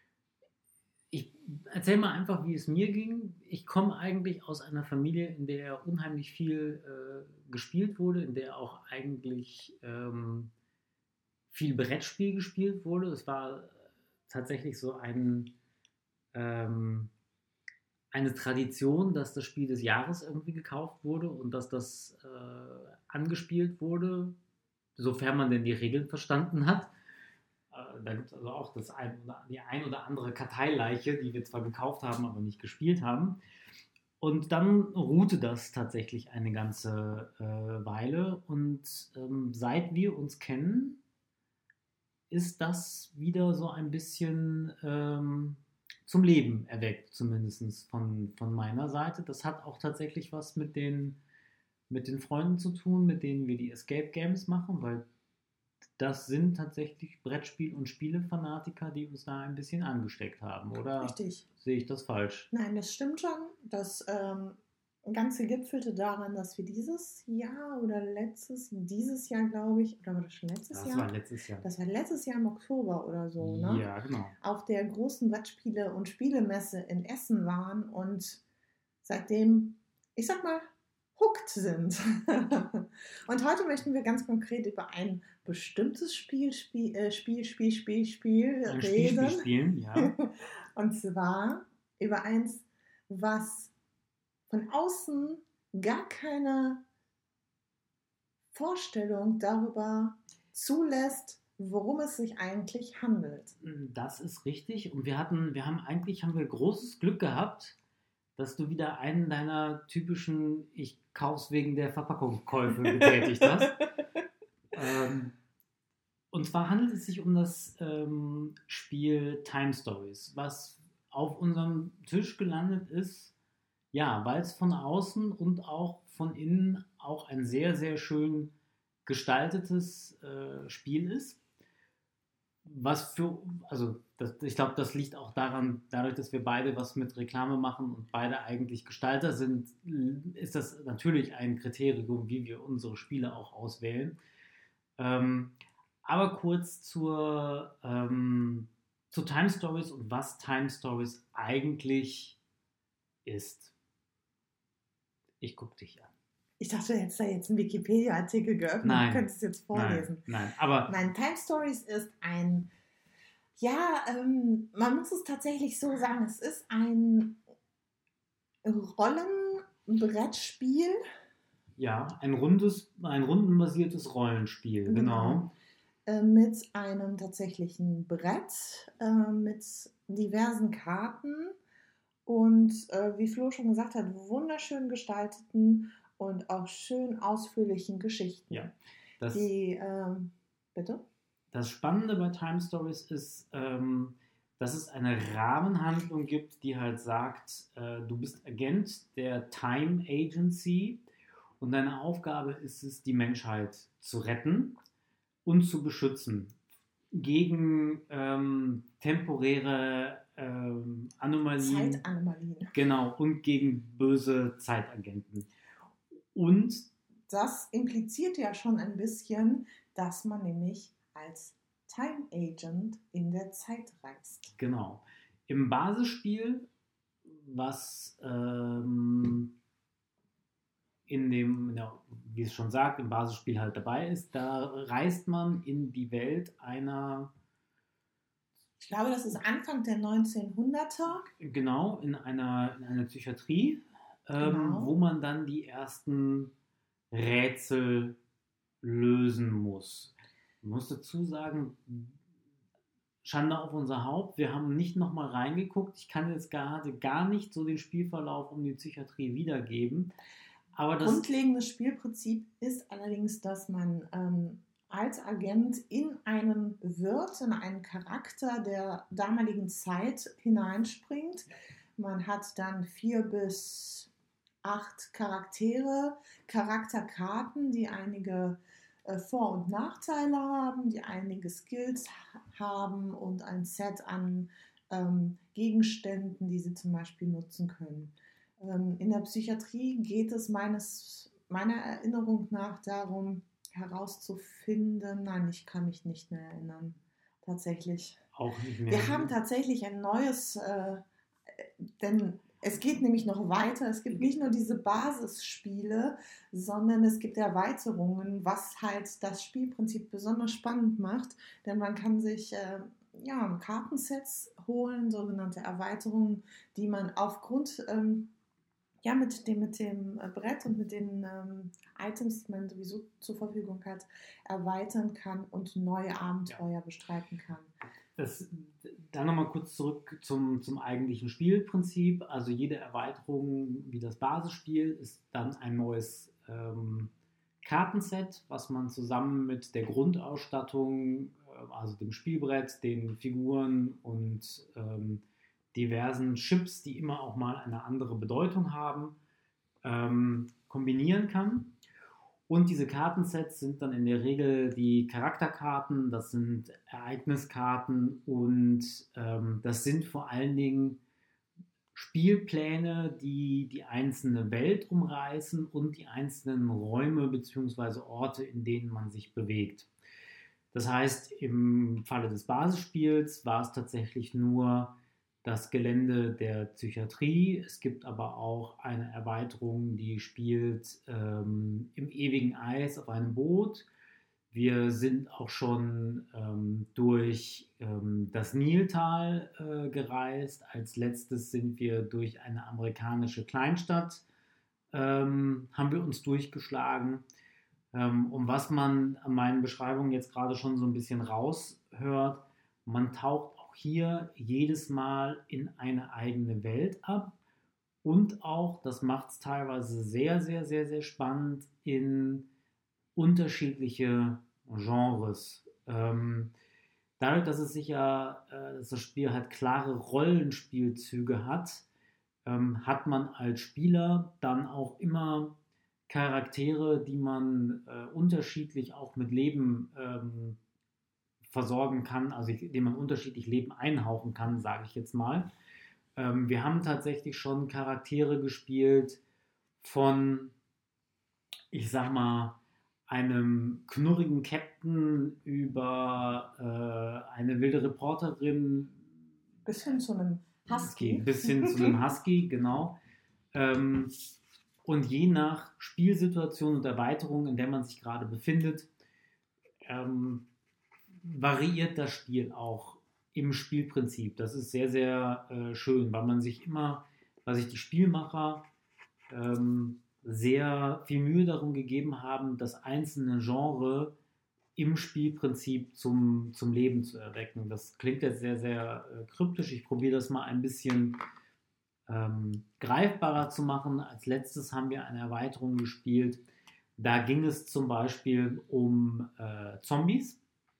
S2: Ich erzähle mal einfach, wie es mir ging. Ich komme eigentlich aus einer Familie, in der unheimlich viel äh, gespielt wurde, in der auch eigentlich ähm, viel Brettspiel gespielt wurde. Es war tatsächlich so ein ähm, eine Tradition, dass das Spiel des Jahres irgendwie gekauft wurde und dass das äh, angespielt wurde, sofern man denn die Regeln verstanden hat. Äh, da gibt es also auch das ein oder, die ein oder andere Karteileiche, die wir zwar gekauft haben, aber nicht gespielt haben. Und dann ruhte das tatsächlich eine ganze äh, Weile. Und ähm, seit wir uns kennen, ist das wieder so ein bisschen ähm, zum Leben erweckt, zumindest von, von meiner Seite. Das hat auch tatsächlich was mit den, mit den Freunden zu tun, mit denen wir die Escape Games machen, weil das sind tatsächlich Brettspiel- und Spielefanatiker, die uns da ein bisschen angesteckt haben, oder?
S1: Richtig.
S2: Sehe ich das falsch?
S1: Nein, das stimmt schon. Das ähm, Ganze gipfelte daran, dass wir dieses Jahr oder letztes, dieses Jahr glaube ich, oder war das schon letztes
S2: das
S1: Jahr?
S2: Das war letztes Jahr.
S1: Das war letztes Jahr im Oktober oder so, ne?
S2: Ja, genau.
S1: Auf der großen Brettspiele- und Spielemesse in Essen waren und seitdem, ich sag mal, hooked sind. Und heute möchten wir ganz konkret über ein bestimmtes Spiel, Spiel, äh, Spiel, Spiel, Spiel, Spiel
S2: ein
S1: reden.
S2: Spiel, Spiel, spielen, ja.
S1: Und zwar über eins, was von außen gar keine Vorstellung darüber zulässt, worum es sich eigentlich handelt.
S2: Das ist richtig. Und wir hatten, wir haben eigentlich haben wir großes Glück gehabt, dass du wieder einen deiner typischen ich kauf's wegen der Verpackungskäufe getätigt hast. ähm, und zwar handelt es sich um das ähm, Spiel Time Stories, was auf unserem Tisch gelandet ist, ja, weil es von außen und auch von innen auch ein sehr, sehr schön gestaltetes äh, Spiel ist. Was für, also das, ich glaube, das liegt auch daran, dadurch, dass wir beide was mit Reklame machen und beide eigentlich Gestalter sind, ist das natürlich ein Kriterium, wie wir unsere Spiele auch auswählen. Ähm, aber kurz zur, ähm, zu Time Stories und was Time Stories eigentlich ist. Ich gucke dich an.
S1: Ich dachte, du hättest da jetzt einen Wikipedia-Artikel geöffnet
S2: Nein,
S1: und könntest jetzt vorlesen.
S2: Nein, nein, aber...
S1: Nein, Time Stories ist ein, ja, ähm, man muss es tatsächlich so sagen, es ist ein Rollenbrettspiel.
S2: Ja, ein rundes, ein rundenbasiertes Rollenspiel, genau.
S1: genau. Äh, mit einem tatsächlichen Brett, äh, mit diversen Karten und, äh, wie Flo schon gesagt hat, wunderschön gestalteten und auch schön ausführlichen Geschichten.
S2: Ja, das,
S1: die, ähm, bitte?
S2: Das Spannende bei Time Stories ist, ähm, dass es eine Rahmenhandlung gibt, die halt sagt, äh, du bist Agent der Time Agency und deine Aufgabe ist es, die Menschheit zu retten und zu beschützen gegen ähm, temporäre ähm, Anomalien.
S1: Zeitanomalien.
S2: Genau, und gegen böse Zeitagenten. Und
S1: das impliziert ja schon ein bisschen, dass man nämlich als Time Agent in der Zeit reist.
S2: Genau. Im Basisspiel was ähm, in dem, ja, wie es schon sagt, im Basisspiel halt dabei ist. Da reist man in die Welt einer,
S1: Ich glaube, das ist Anfang der neunzehnhunderter.
S2: genau, in einer, in einer Psychiatrie, ähm,
S1: Genau.
S2: wo man dann die ersten Rätsel lösen muss. Ich muss dazu sagen, Schande auf unser Haupt, wir haben nicht nochmal reingeguckt. Ich kann jetzt gerade gar nicht so den Spielverlauf um die Psychiatrie wiedergeben. Aber das
S1: Grundlegendes Spielprinzip ist allerdings, dass man ähm, als Agent in einen Wirt, in einen Charakter der damaligen Zeit hineinspringt. Man hat dann vier bis acht Charaktere, Charakterkarten, die einige äh, Vor- und Nachteile haben, die einige Skills haben und ein Set an ähm, Gegenständen, die sie zum Beispiel nutzen können. Ähm, in der Psychiatrie geht es meines, meiner Erinnerung nach darum, herauszufinden, nein, ich kann mich nicht mehr erinnern, tatsächlich.
S2: auch nicht mehr.
S1: Wir haben tatsächlich ein neues, äh, denn es geht nämlich noch weiter. Es gibt nicht nur diese Basisspiele, sondern es gibt Erweiterungen, was halt das Spielprinzip besonders spannend macht. Denn man kann sich äh, ja, Kartensets holen, sogenannte Erweiterungen, die man aufgrund ähm, ja, mit dem, mit dem Brett und mit den ähm, Items, die man sowieso zur Verfügung hat, erweitern kann und neue Abenteuer ja. bestreiten kann.
S2: Das, dann nochmal kurz zurück zum, zum eigentlichen Spielprinzip. Also jede Erweiterung wie das Basisspiel ist dann ein neues ähm, Kartenset, was man zusammen mit der Grundausstattung, äh, also dem Spielbrett, den Figuren und ähm, diversen Chips, die immer auch mal eine andere Bedeutung haben, ähm, kombinieren kann. Und diese Kartensets sind dann in der Regel die Charakterkarten, das sind Ereigniskarten und ähm, das sind vor allen Dingen Spielpläne, die die einzelne Welt umreißen und die einzelnen Räume bzw. Orte, in denen man sich bewegt. Das heißt, im Falle des Basisspiels war es tatsächlich nur das Gelände der Psychiatrie. Es gibt aber auch eine Erweiterung, die spielt ähm, im ewigen Eis auf einem Boot. Wir sind auch schon ähm, durch ähm, das Niltal äh, gereist. Als letztes sind wir durch eine amerikanische Kleinstadt, ähm, haben wir uns durchgeschlagen. Ähm, und was man an meinen Beschreibungen jetzt gerade schon so ein bisschen raushört, man taucht auch hier jedes Mal in eine eigene Welt ab und auch, das macht es teilweise sehr, sehr, sehr, sehr spannend, in unterschiedliche Genres. Ähm, dadurch, dass es sicher, äh, dass das Spiel halt klare Rollenspielzüge hat, ähm, hat man als Spieler dann auch immer Charaktere, die man äh, unterschiedlich auch mit Leben ähm, versorgen kann, also dem man unterschiedlich Leben einhauchen kann, sage ich jetzt mal. Ähm, wir haben tatsächlich schon Charaktere gespielt von, ich sag mal, einem knurrigen Captain über äh, eine wilde Reporterin.
S1: Bis hin zu einem Husky.
S2: Bis hin zu einem Husky, genau. Ähm, und je nach Spielsituation und Erweiterung, in der man sich gerade befindet, ähm, variiert das Spiel auch im Spielprinzip. Das ist sehr, sehr äh, schön, weil man sich immer, weil sich die Spielmacher ähm, sehr viel Mühe darum gegeben haben, das einzelne Genre im Spielprinzip zum, zum Leben zu erwecken. Das klingt jetzt sehr, sehr äh, kryptisch. Ich probiere das mal ein bisschen ähm, greifbarer zu machen. Als letztes haben wir eine Erweiterung gespielt. Da ging es zum Beispiel um äh, Zombies.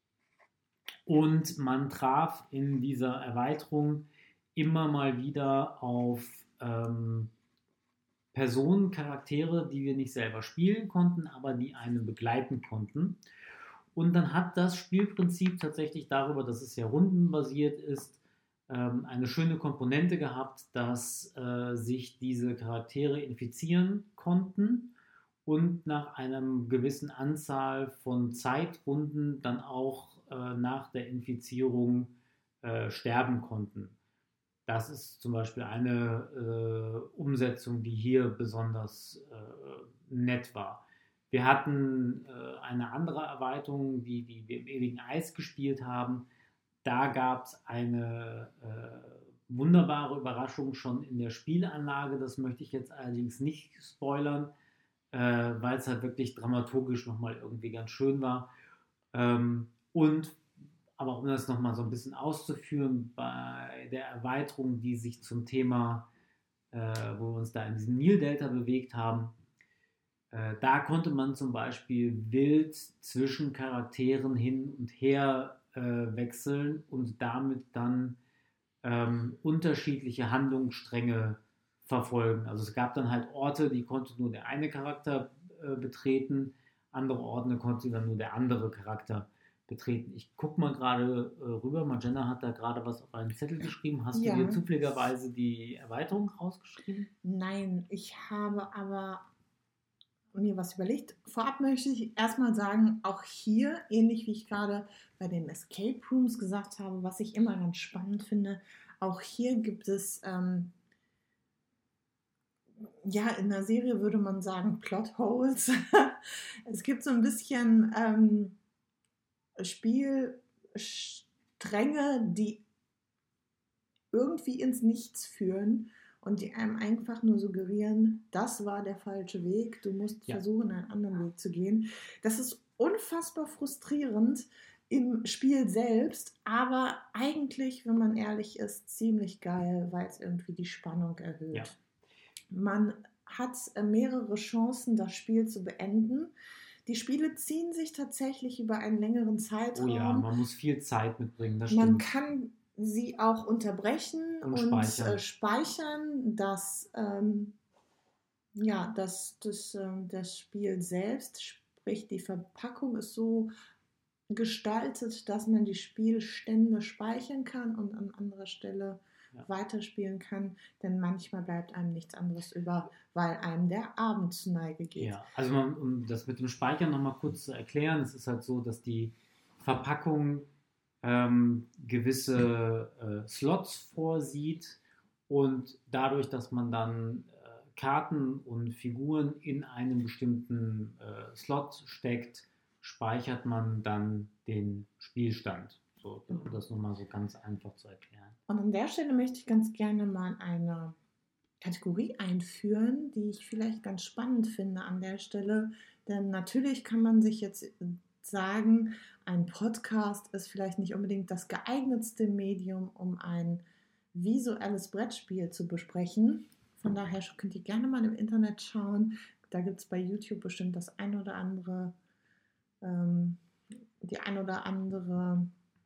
S2: Und man traf in dieser Erweiterung immer mal wieder auf ähm, Personen, Charaktere, die wir nicht selber spielen konnten, aber die einen begleiten konnten. Und dann hat das Spielprinzip tatsächlich darüber, dass es ja rundenbasiert ist, ähm, eine schöne Komponente gehabt, dass äh, sich diese Charaktere infizieren konnten und nach einer gewissen Anzahl von Zeitrunden dann auch äh, nach der Infizierung äh, sterben konnten. Das ist zum Beispiel eine äh, Umsetzung, die hier besonders äh, nett war. Wir hatten äh, eine andere Erweiterung, die, die wir im ewigen Eis gespielt haben. Da gab es eine äh, wunderbare Überraschung schon in der Spielanlage. Das möchte ich jetzt allerdings nicht spoilern, äh, weil es halt wirklich dramaturgisch nochmal irgendwie ganz schön war. Ähm, und aber um das nochmal so ein bisschen auszuführen, bei der Erweiterung, die sich zum Thema, äh, wo wir uns da in diesem Nildelta bewegt haben, äh, da konnte man zum Beispiel wild zwischen Charakteren hin und her äh, wechseln und damit dann ähm, unterschiedliche Handlungsstränge verfolgen. Also es gab dann halt Orte, die konnte nur der eine Charakter äh, betreten, andere Orte konnte dann nur der andere Charakter betreten. Ich gucke mal gerade äh, rüber, Magenta hat da gerade was auf einen Zettel geschrieben. Hast
S1: Ja.
S2: du dir zufälligerweise die Erweiterung rausgeschrieben?
S1: Nein, ich habe aber mir was überlegt. Vorab möchte ich erstmal sagen, auch hier, ähnlich wie ich gerade bei den Escape Rooms gesagt habe, was ich immer ganz spannend finde, auch hier gibt es, ähm, ja, in der Serie würde man sagen Plotholes. Es gibt so ein bisschen ähm, Spielstränge, die irgendwie ins Nichts führen und die einem einfach nur suggerieren, das war der falsche Weg, du musst
S2: Ja.
S1: versuchen, einen anderen Weg zu gehen. Das ist unfassbar frustrierend im Spiel selbst, aber eigentlich, wenn man ehrlich ist, ziemlich geil, weil es irgendwie die Spannung erhöht.
S2: Ja.
S1: Man hat mehrere Chancen, das Spiel zu beenden. Die Spiele ziehen sich tatsächlich über einen längeren Zeitraum.
S2: Oh ja, man muss viel Zeit mitbringen, das
S1: Man
S2: stimmt.
S1: kann sie auch unterbrechen
S2: Und
S1: und,
S2: speichern.
S1: Äh, speichern. Das, ähm, ja, das, das, ähm, das Spiel selbst, sprich die Verpackung, ist so gestaltet, dass man die Spielstände speichern kann und an anderer Stelle
S2: Ja.
S1: weiterspielen kann, denn manchmal bleibt einem nichts anderes über, weil einem der Abend zu Neige geht.
S2: Ja, also man, um das mit dem Speichern nochmal kurz zu erklären, es ist halt so, dass die Verpackung ähm, gewisse äh, Slots vorsieht und dadurch, dass man dann äh, Karten und Figuren in einen bestimmten äh, Slot steckt, speichert man dann den Spielstand. So, um das nochmal so ganz einfach zu erklären.
S1: Und an der Stelle möchte ich ganz gerne mal eine Kategorie einführen, die ich vielleicht ganz spannend finde an der Stelle. Denn natürlich kann man sich jetzt sagen, ein Podcast ist vielleicht nicht unbedingt das geeignetste Medium, um ein visuelles Brettspiel zu besprechen. Von daher könnt ihr gerne mal im Internet schauen. Da gibt es bei YouTube bestimmt das ein oder andere, ähm, die ein oder andere,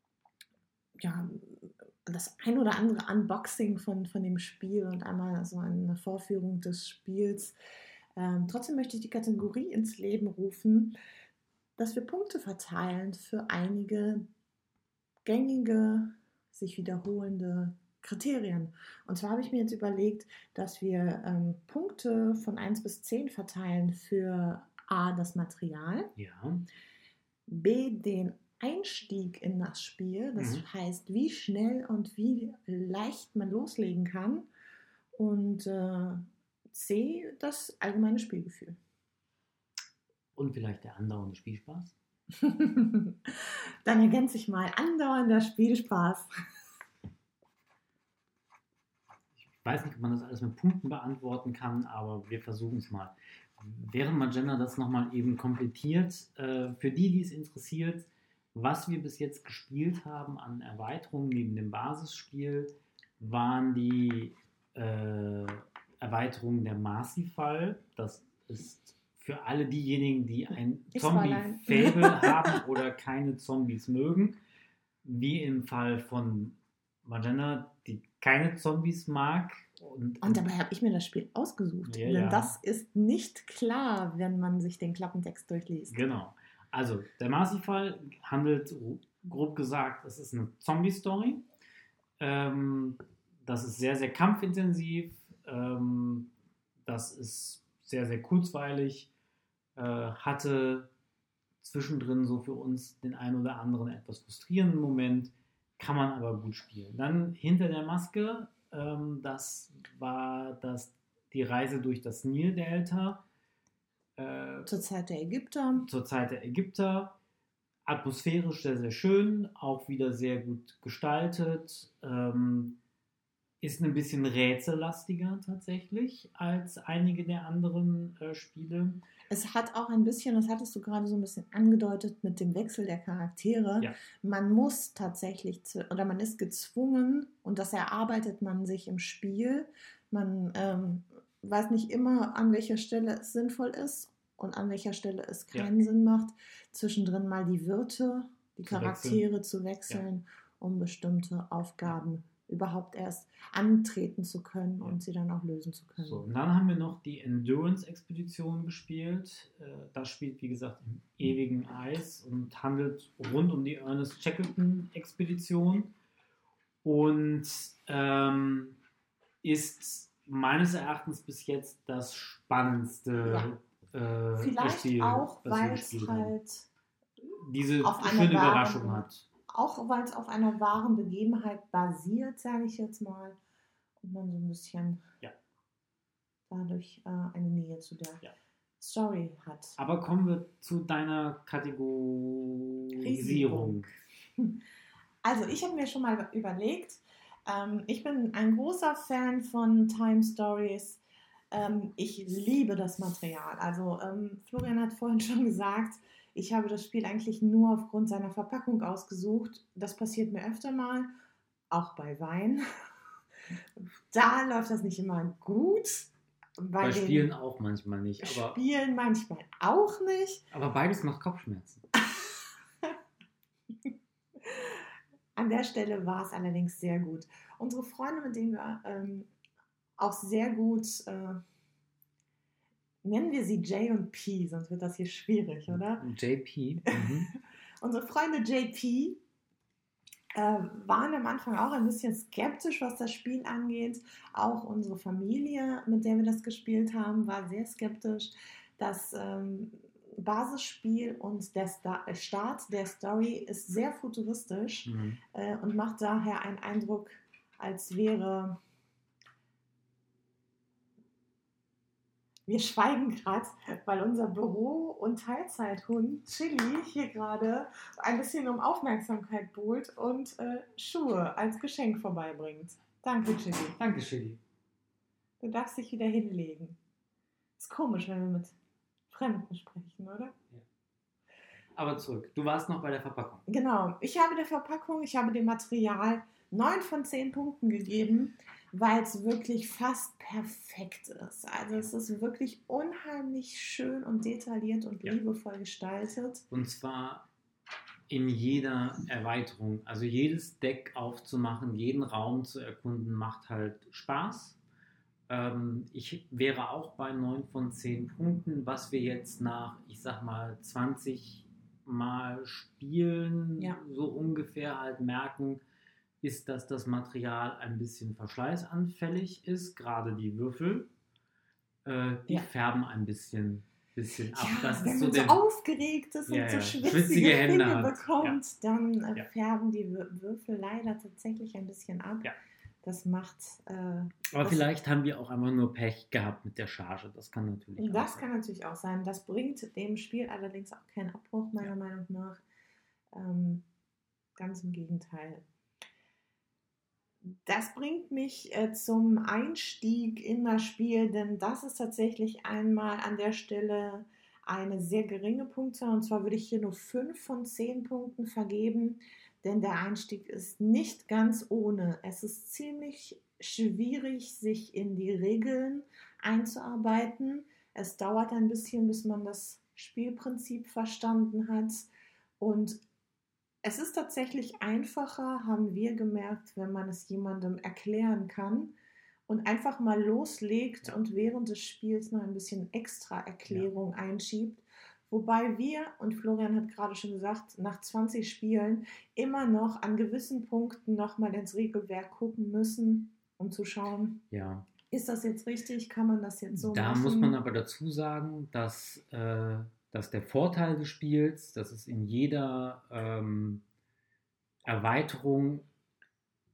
S1: ja, das ein oder andere Unboxing von, von dem Spiel und einmal so eine Vorführung des Spiels. Ähm, trotzdem möchte ich die Kategorie ins Leben rufen, dass wir Punkte verteilen für einige gängige, sich wiederholende Kriterien. Und zwar habe ich mir jetzt überlegt, dass wir ähm, Punkte von eins bis zehn verteilen für A, das Material,
S2: Ja.
S1: B, den Einstieg in das Spiel, das
S2: Mhm.
S1: heißt, wie schnell und wie leicht man loslegen kann, und äh, C, das allgemeine Spielgefühl.
S2: Und vielleicht der andauernde Spielspaß?
S1: Dann ergänze ich mal andauernder Spielspaß.
S2: Ich weiß nicht, ob man das alles mit Punkten beantworten kann, aber wir versuchen es mal. Während Magenta das nochmal eben komplettiert, äh, für die, die es interessiert, was wir bis jetzt gespielt haben an Erweiterungen neben dem Basisspiel, waren die äh, Erweiterungen der Marsifal. Das ist für alle diejenigen, die ein
S1: Ich
S2: Zombie-Fable haben oder keine Zombies mögen, wie im Fall von Magenta, die keine Zombies mag. Und,
S1: Und dabei habe ich mir das Spiel ausgesucht,
S2: Ja,
S1: denn
S2: ja.
S1: das ist nicht klar, wenn man sich den Klappentext durchliest.
S2: Genau. Also, der Marsifal handelt, grob gesagt, es ist eine Zombie-Story. Ähm, das ist sehr, sehr kampfintensiv. Ähm, das ist sehr, sehr kurzweilig. Äh, hatte zwischendrin so für uns den einen oder anderen etwas frustrierenden Moment. Kann man aber gut spielen. Dann Hinter der Maske Ähm, das war das, die Reise durch das Nildelta. Äh,
S1: Zur Zeit der Ägypter.
S2: Zur Zeit der Ägypter. Atmosphärisch sehr, sehr schön, auch wieder sehr gut gestaltet. Ähm, ist ein bisschen rätsellastiger tatsächlich als einige der anderen äh, Spiele.
S1: Es hat auch ein bisschen, das hattest du gerade so ein bisschen angedeutet, mit dem Wechsel der Charaktere.
S2: Ja.
S1: Man muss tatsächlich, zu, oder man ist gezwungen, und das erarbeitet man sich im Spiel. Man ähm, weiß nicht immer, an welcher Stelle es sinnvoll ist und an welcher Stelle es keinen ja. Sinn macht, zwischendrin mal die Wirte, die zu Charaktere wechseln. zu wechseln, ja. um bestimmte Aufgaben überhaupt erst antreten zu können und sie dann auch lösen zu können.
S2: So, und dann haben wir noch die Endurance-Expedition gespielt. Das spielt, wie gesagt, im ewigen Eis und handelt rund um die Ernest Shackleton-Expedition und ähm, ist meines Erachtens bis jetzt das spannendste ja. äh,
S1: Vielleicht
S2: Spiel,
S1: auch, weil es halt
S2: diese schöne Überraschung hat.
S1: Auch weil es auf einer wahren Begebenheit basiert, sage ich jetzt mal, und man so ein bisschen
S2: ja.
S1: dadurch äh, eine Nähe zu der ja. Story hat.
S2: Aber kommen wir zu deiner Kategorisierung.
S1: Also ich habe mir schon mal überlegt, ähm, ich bin ein großer Fan von Time Stories. Ähm, ich liebe das Material. Also ähm, Florian hat vorhin schon gesagt, ich habe das Spiel eigentlich nur aufgrund seiner Verpackung ausgesucht. Das passiert mir öfter mal, auch bei Wein. Da läuft das nicht immer gut.
S2: Bei, bei Spielen auch manchmal nicht.
S1: Aber Spielen manchmal auch nicht.
S2: Aber beides macht Kopfschmerzen.
S1: An der Stelle war es allerdings sehr gut. Unsere Freunde, mit denen wir ähm, auch sehr gut... Äh, nennen wir sie J und P, sonst wird das hier schwierig, oder?
S2: J P. Mhm.
S1: Unsere Freunde J P äh, waren am Anfang auch ein bisschen skeptisch, was das Spiel angeht. Auch unsere Familie, mit der wir das gespielt haben, war sehr skeptisch. Das ähm, Basisspiel und der Sta- Start der Story ist sehr futuristisch mhm. äh, und macht daher einen Eindruck, als wäre... Wir schweigen gerade, weil unser Büro- und Teilzeithund Chili hier gerade ein bisschen um Aufmerksamkeit buhlt und äh, Schuhe als Geschenk vorbeibringt. Danke, Chili.
S2: Danke, Chili.
S1: Du darfst dich wieder hinlegen. Ist komisch, wenn wir mit Fremden sprechen, oder?
S2: Ja. Aber zurück. Du warst noch bei der Verpackung.
S1: Genau. Ich habe der Verpackung, ich habe dem Material neun von zehn Punkten gegeben, weil es wirklich fast perfekt ist. Also es ist wirklich unheimlich schön und detailliert und ja. liebevoll gestaltet.
S2: Und zwar in jeder Erweiterung. Also jedes Deck aufzumachen, jeden Raum zu erkunden, macht halt Spaß. Ähm, ich wäre auch bei neun von zehn Punkten, was wir jetzt nach, ich sag mal, zwanzig Mal Spielen ja. so ungefähr halt merken, ist, dass das Material ein bisschen verschleißanfällig ist, gerade die Würfel. Äh, die ja. färben ein bisschen, bisschen ab.
S1: Ja,
S2: das
S1: wenn
S2: ist
S1: man
S2: so,
S1: so aufgeregt ist
S2: ja,
S1: und so
S2: ja.
S1: schwitzige,
S2: schwitzige Hände,
S1: Hände bekommt,
S2: ja.
S1: dann äh,
S2: ja.
S1: färben die Würfel leider tatsächlich ein bisschen ab.
S2: Ja.
S1: Das macht... Äh,
S2: Aber
S1: das
S2: vielleicht haben wir auch einfach nur Pech gehabt mit der Charge. Das kann natürlich
S1: Das
S2: auch
S1: kann
S2: sein.
S1: natürlich auch sein. Das bringt dem Spiel allerdings auch keinen Abbruch, meiner ja. Meinung nach. Ähm, ganz im Gegenteil. Das bringt mich äh, zum Einstieg in das Spiel, denn das ist tatsächlich einmal an der Stelle eine sehr geringe Punktzahl. Und zwar würde ich hier nur fünf von zehn Punkten vergeben, denn der Einstieg ist nicht ganz ohne. Es ist ziemlich schwierig, sich in die Regeln einzuarbeiten. Es dauert ein bisschen, bis man das Spielprinzip verstanden hat. Und es ist tatsächlich einfacher, haben wir gemerkt, wenn man es jemandem erklären kann und einfach mal loslegt ja. und während des Spiels noch ein bisschen extra Erklärung ja. einschiebt. Wobei wir, und Florian hat gerade schon gesagt, nach zwanzig Spielen immer noch an gewissen Punkten nochmal ins Regelwerk gucken müssen, um zu schauen,
S2: ja.
S1: ist das jetzt richtig, kann man das jetzt so
S2: da
S1: machen?
S2: Da muss man aber dazu sagen, dass... Äh dass der Vorteil des Spiels, dass es in jeder ähm, Erweiterung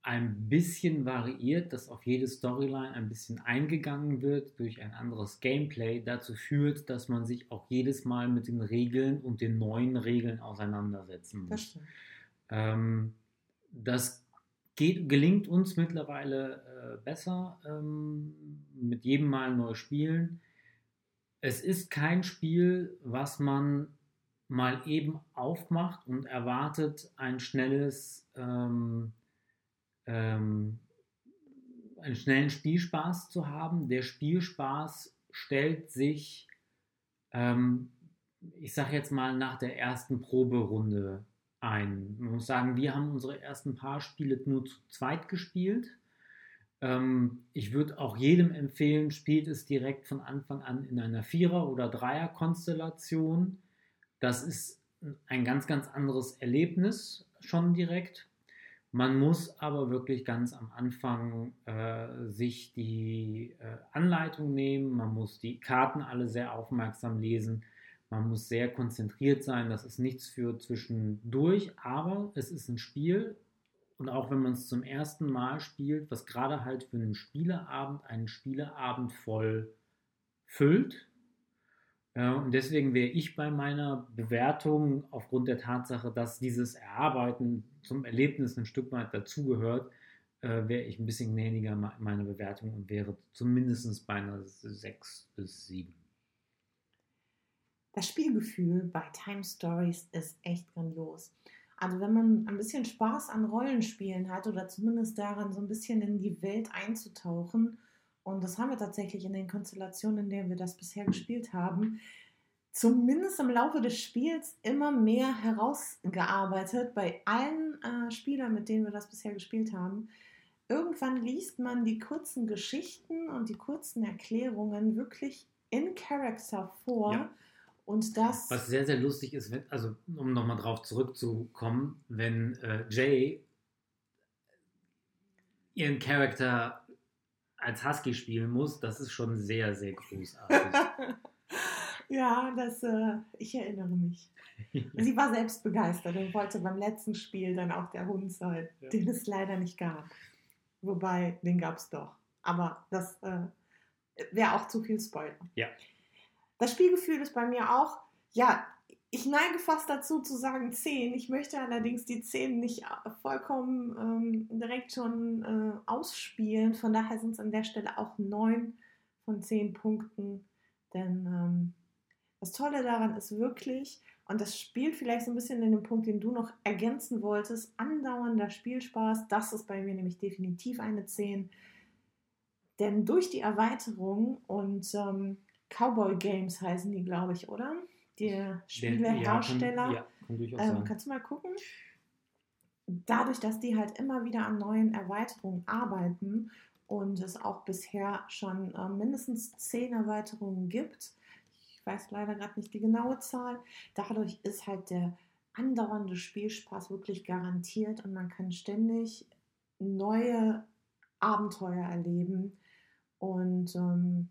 S2: ein bisschen variiert, dass auf jede Storyline ein bisschen eingegangen wird durch ein anderes Gameplay, dazu führt, dass man sich auch jedes Mal mit den Regeln und den neuen Regeln auseinandersetzen muss.
S1: Das stimmt.
S2: Ähm, das geht, gelingt uns mittlerweile äh, besser, ähm, mit jedem Mal neu spielen. Es ist kein Spiel, was man mal eben aufmacht und erwartet, ein schnelles ähm, ähm, einen schnellen Spielspaß zu haben. Der Spielspaß stellt sich, ähm, ich sage jetzt mal, nach der ersten Proberunde ein. Man muss sagen, wir haben unsere ersten paar Spiele nur zu zweit gespielt. Ähm, ich würde auch jedem empfehlen, spielt es direkt von Anfang an in einer Vierer- oder Dreier-Konstellation. Das ist ein ganz, ganz anderes Erlebnis schon direkt. Man muss aber wirklich ganz am Anfang äh, sich die äh, Anleitung nehmen, man muss die Karten alle sehr aufmerksam lesen, man muss sehr konzentriert sein, das ist nichts für zwischendurch, aber es ist ein Spiel und auch wenn man es zum ersten Mal spielt, was gerade halt für einen Spieleabend einen Spieleabend voll füllt. Ja, und deswegen wäre ich bei meiner Bewertung aufgrund der Tatsache, dass dieses Erarbeiten zum Erlebnis ein Stück weit dazugehört, äh, wäre ich ein bisschen gnädiger in meiner Bewertung und wäre zumindest bei einer sechs bis sieben.
S1: Das Spielgefühl bei Time Stories ist echt grandios. Also wenn man ein bisschen Spaß an Rollenspielen hat oder zumindest daran, so ein bisschen in die Welt einzutauchen, und das haben wir tatsächlich in den Konstellationen, in denen wir das bisher gespielt haben, zumindest im Laufe des Spiels immer mehr herausgearbeitet bei allen äh, Spielern, mit denen wir das bisher gespielt haben. Irgendwann liest man die kurzen Geschichten und die kurzen Erklärungen wirklich in Character vor.
S2: Ja.
S1: Und das,
S2: was sehr, sehr lustig ist, wenn, also um nochmal drauf zurückzukommen, wenn äh, Jay ihren Charakter als Husky spielen muss, das ist schon sehr, sehr großartig.
S1: ja, das, äh, ich erinnere mich. Sie war selbst begeistert und wollte beim letzten Spiel dann auch der Hund sein, ja. Den es leider nicht gab. Wobei, den gab es doch. Aber das äh, wäre auch zu viel Spoiler.
S2: Ja.
S1: Das Spielgefühl ist bei mir auch, ja, ich neige fast dazu zu sagen zehn. Ich möchte allerdings die zehn nicht vollkommen ähm, direkt schon äh, ausspielen. Von daher sind es an der Stelle auch neun von zehn Punkten. Denn ähm, das Tolle daran ist wirklich, und das spielt vielleicht so ein bisschen in den Punkt, den du noch ergänzen wolltest, andauernder Spielspaß. Das ist bei mir nämlich definitiv eine zehn. Denn durch die Erweiterung und ähm, Cowboy Games heißen die, glaube ich, oder? Die Spielehersteller.
S2: Ja, kann, ja, kann durchaus
S1: ähm,
S2: sein.
S1: Kannst du mal gucken? Dadurch, dass die halt immer wieder an neuen Erweiterungen arbeiten und es auch bisher schon äh, mindestens zehn Erweiterungen gibt, ich weiß leider gerade nicht die genaue Zahl, dadurch ist halt der andauernde Spielspaß wirklich garantiert und man kann ständig neue Abenteuer erleben. Und ähm,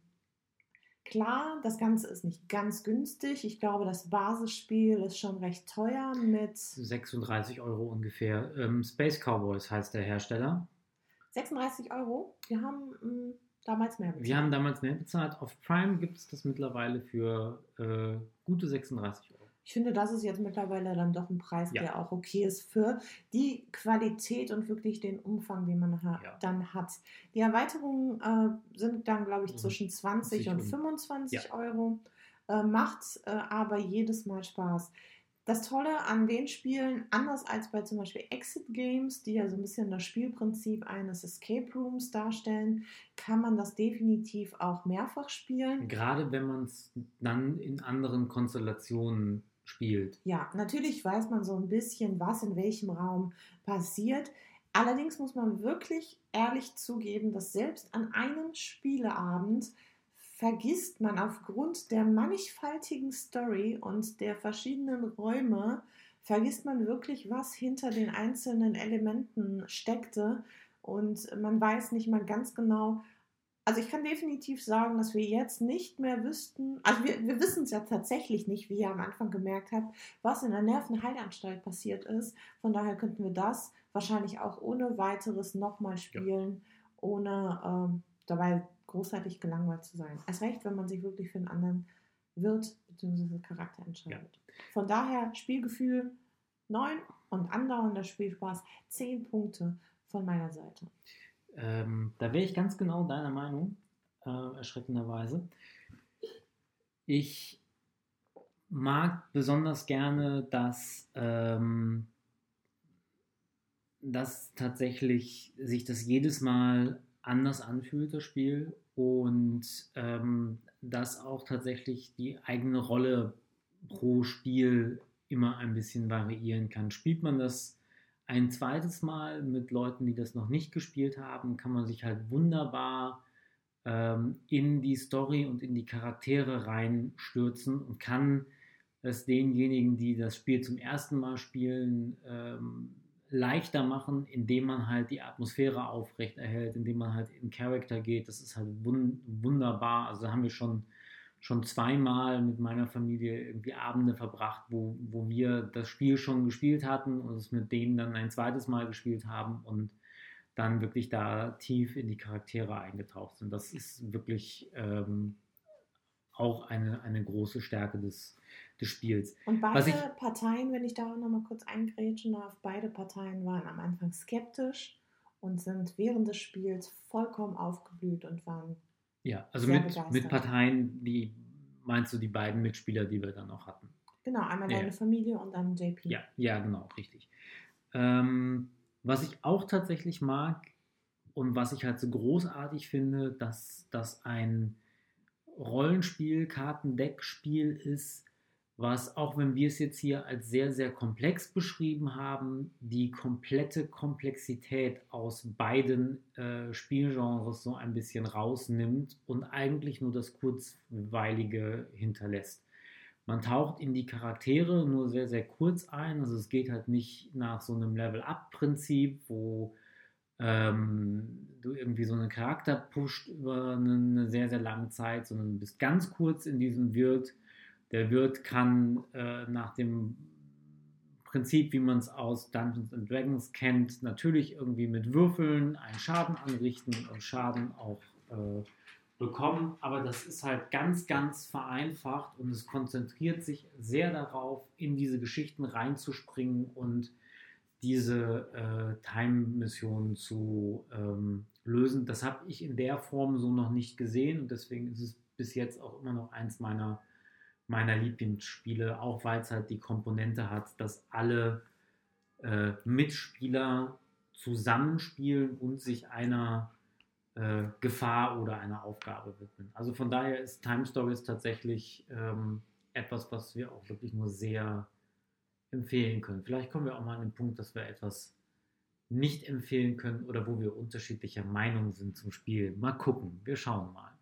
S1: klar, das Ganze ist nicht ganz günstig. Ich glaube, das Basisspiel ist schon recht teuer mit
S2: sechsunddreißig Euro ungefähr. Ähm, Space Cowboys heißt der Hersteller.
S1: sechsunddreißig Euro? Wir haben ähm, damals mehr bezahlt.
S2: Wir haben damals mehr bezahlt. Auf Prime gibt es das mittlerweile für äh, gute sechsunddreißig Euro.
S1: Ich finde, das ist jetzt mittlerweile dann doch ein Preis,
S2: ja.
S1: der auch okay ist für die Qualität und wirklich den Umfang, den man ha- ja. dann hat. Die Erweiterungen äh, sind dann, glaube ich, zwischen zwanzig und fünfundzwanzig ja. Euro. Äh, macht äh, aber jedes Mal Spaß. Das Tolle an den Spielen, anders als bei zum Beispiel Exit Games, die ja so ein bisschen das Spielprinzip eines Escape Rooms darstellen, kann man das definitiv auch mehrfach spielen.
S2: Gerade wenn man es dann in anderen Konstellationen spielt.
S1: Ja, natürlich weiß man so ein bisschen, was in welchem Raum passiert. Allerdings muss man wirklich ehrlich zugeben, dass selbst an einem Spieleabend vergisst man aufgrund der mannigfaltigen Story und der verschiedenen Räume, vergisst man wirklich, was hinter den einzelnen Elementen steckte und man weiß nicht mal ganz genau, Also ich kann definitiv sagen, dass wir jetzt nicht mehr wüssten, also wir, wir wissen es ja tatsächlich nicht, wie ihr am Anfang gemerkt habt, was in der Nervenheilanstalt passiert ist. Von daher könnten wir das wahrscheinlich auch ohne weiteres nochmal spielen, ja. ohne ähm, dabei großartig gelangweilt zu sein. Erst recht, wenn man sich wirklich für einen anderen Wirt bzw. Charakter entscheidet. Ja. Von daher Spielgefühl neun und andauernder Spielspaß zehn Punkte von meiner Seite.
S2: Ähm, da wäre ich ganz genau deiner Meinung, äh, erschreckenderweise. Ich mag besonders gerne, dass, ähm, dass tatsächlich sich das jedes Mal anders anfühlt, das Spiel, und ähm, dass auch tatsächlich die eigene Rolle pro Spiel immer ein bisschen variieren kann. Spielt man das ein zweites Mal mit Leuten, die das noch nicht gespielt haben, kann man sich halt wunderbar ähm, in die Story und in die Charaktere reinstürzen und kann es denjenigen, die das Spiel zum ersten Mal spielen, ähm, leichter machen, indem man halt die Atmosphäre aufrechterhält, indem man halt in Charakter geht. Das ist halt wun- wunderbar. Also da haben wir schon schon zweimal mit meiner Familie irgendwie Abende verbracht, wo, wo wir das Spiel schon gespielt hatten und es mit denen dann ein zweites Mal gespielt haben und dann wirklich da tief in die Charaktere eingetaucht sind. Das ist wirklich ähm, auch eine, eine große Stärke des, des Spiels.
S1: Und beide ich, Parteien, wenn ich da auch noch mal kurz eingrätschen darf, beide Parteien waren am Anfang skeptisch und sind während des Spiels vollkommen aufgeblüht und waren
S2: ja, also mit, mit Parteien, die meinst du die beiden Mitspieler, die wir dann noch hatten?
S1: Genau, einmal ja. deine Familie und dann J P.
S2: Ja, ja, genau, richtig. Ähm, was ich auch tatsächlich mag und was ich halt so großartig finde, dass das ein Rollenspiel, Kartendeckspiel ist, was, auch wenn wir es jetzt hier als sehr, sehr komplex beschrieben haben, die komplette Komplexität aus beiden äh, Spielgenres so ein bisschen rausnimmt und eigentlich nur das Kurzweilige hinterlässt. Man taucht in die Charaktere nur sehr, sehr kurz ein, also es geht halt nicht nach so einem Level-Up-Prinzip, wo ähm, du irgendwie so einen Charakter pusht über eine, eine sehr, sehr lange Zeit, sondern du bist ganz kurz in diesem Wirt. Der Wirt kann äh, nach dem Prinzip, wie man es aus Dungeons and Dragons kennt, natürlich irgendwie mit Würfeln einen Schaden anrichten und Schaden auch äh, bekommen. Aber das ist halt ganz, ganz vereinfacht und es konzentriert sich sehr darauf, in diese Geschichten reinzuspringen und diese äh, Time-Missionen zu ähm, lösen. Das habe ich in der Form so noch nicht gesehen und deswegen ist es bis jetzt auch immer noch eins meiner meiner Lieblingsspiele, auch weil es halt die Komponente hat, dass alle äh, Mitspieler zusammenspielen und sich einer äh, Gefahr oder einer Aufgabe widmen. Also von daher ist Time Stories tatsächlich ähm, etwas, was wir auch wirklich nur sehr empfehlen können. Vielleicht kommen wir auch mal an den Punkt, dass wir etwas nicht empfehlen können oder wo wir unterschiedlicher Meinung sind zum Spiel. Mal gucken, wir schauen mal.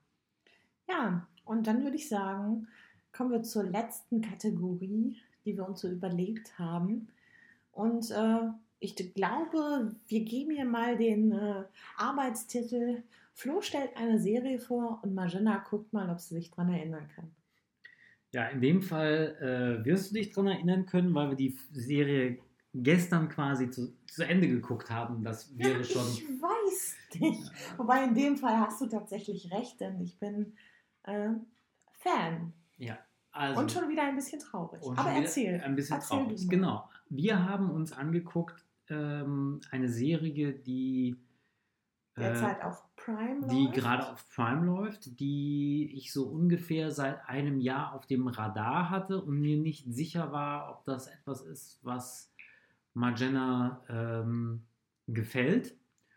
S1: Ja, und dann würde ich sagen, kommen wir zur letzten Kategorie, die wir uns so überlegt haben. Und äh, ich glaube, wir geben hier mal den äh, Arbeitstitel Flo stellt eine Serie vor und Magena guckt mal, ob sie sich daran erinnern kann.
S2: Ja, in dem Fall äh, wirst du dich daran erinnern können, weil wir die Serie gestern quasi zu, zu Ende geguckt haben. Das wäre
S1: ja,
S2: schon...
S1: Ich weiß nicht. Ja. Wobei in dem Fall hast du tatsächlich recht, denn ich bin äh, Fan.
S2: Ja, also,
S1: und schon wieder ein bisschen traurig. Aber erzähl.
S2: Ein bisschen
S1: erzähl
S2: traurig, genau. Wir haben uns angeguckt ähm, eine Serie, die äh,
S1: derzeit auf Prime
S2: die
S1: läuft.
S2: gerade auf Prime läuft, die ich so ungefähr seit einem Jahr auf dem Radar hatte und mir nicht sicher war, ob das etwas ist, was Magena ähm, gefällt.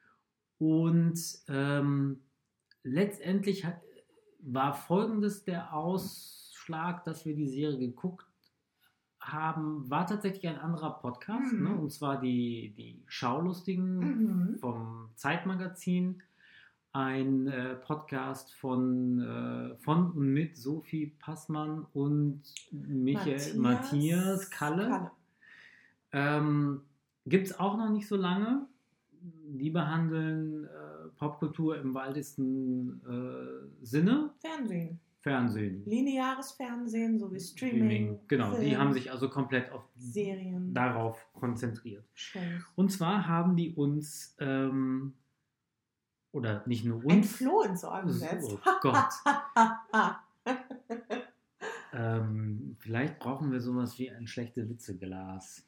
S2: Und ähm, letztendlich hat, war folgendes der Ausschlag, dass wir die Serie geguckt haben, war tatsächlich ein anderer Podcast, mhm. ne? Und zwar die, die Schaulustigen mhm. vom Zeitmagazin, ein äh, Podcast von, äh, von und mit Sophie Passmann und Michael, Matthias, Matthias Kalle. Kalle. Ähm, gibt es auch noch nicht so lange. Die behandeln äh, Popkultur im weitesten äh, Sinne.
S1: Fernsehen.
S2: Fernsehen.
S1: Lineares Fernsehen, so wie Streaming. Streaming.
S2: Genau, Film, die haben sich also komplett auf
S1: Serien
S2: darauf konzentriert.
S1: Shows.
S2: Und zwar haben die uns, ähm, oder nicht nur uns.
S1: Ein Floh ins Ohr gesetzt.
S2: Oh Gott. ähm, vielleicht brauchen wir sowas wie ein schlechte Witzeglas.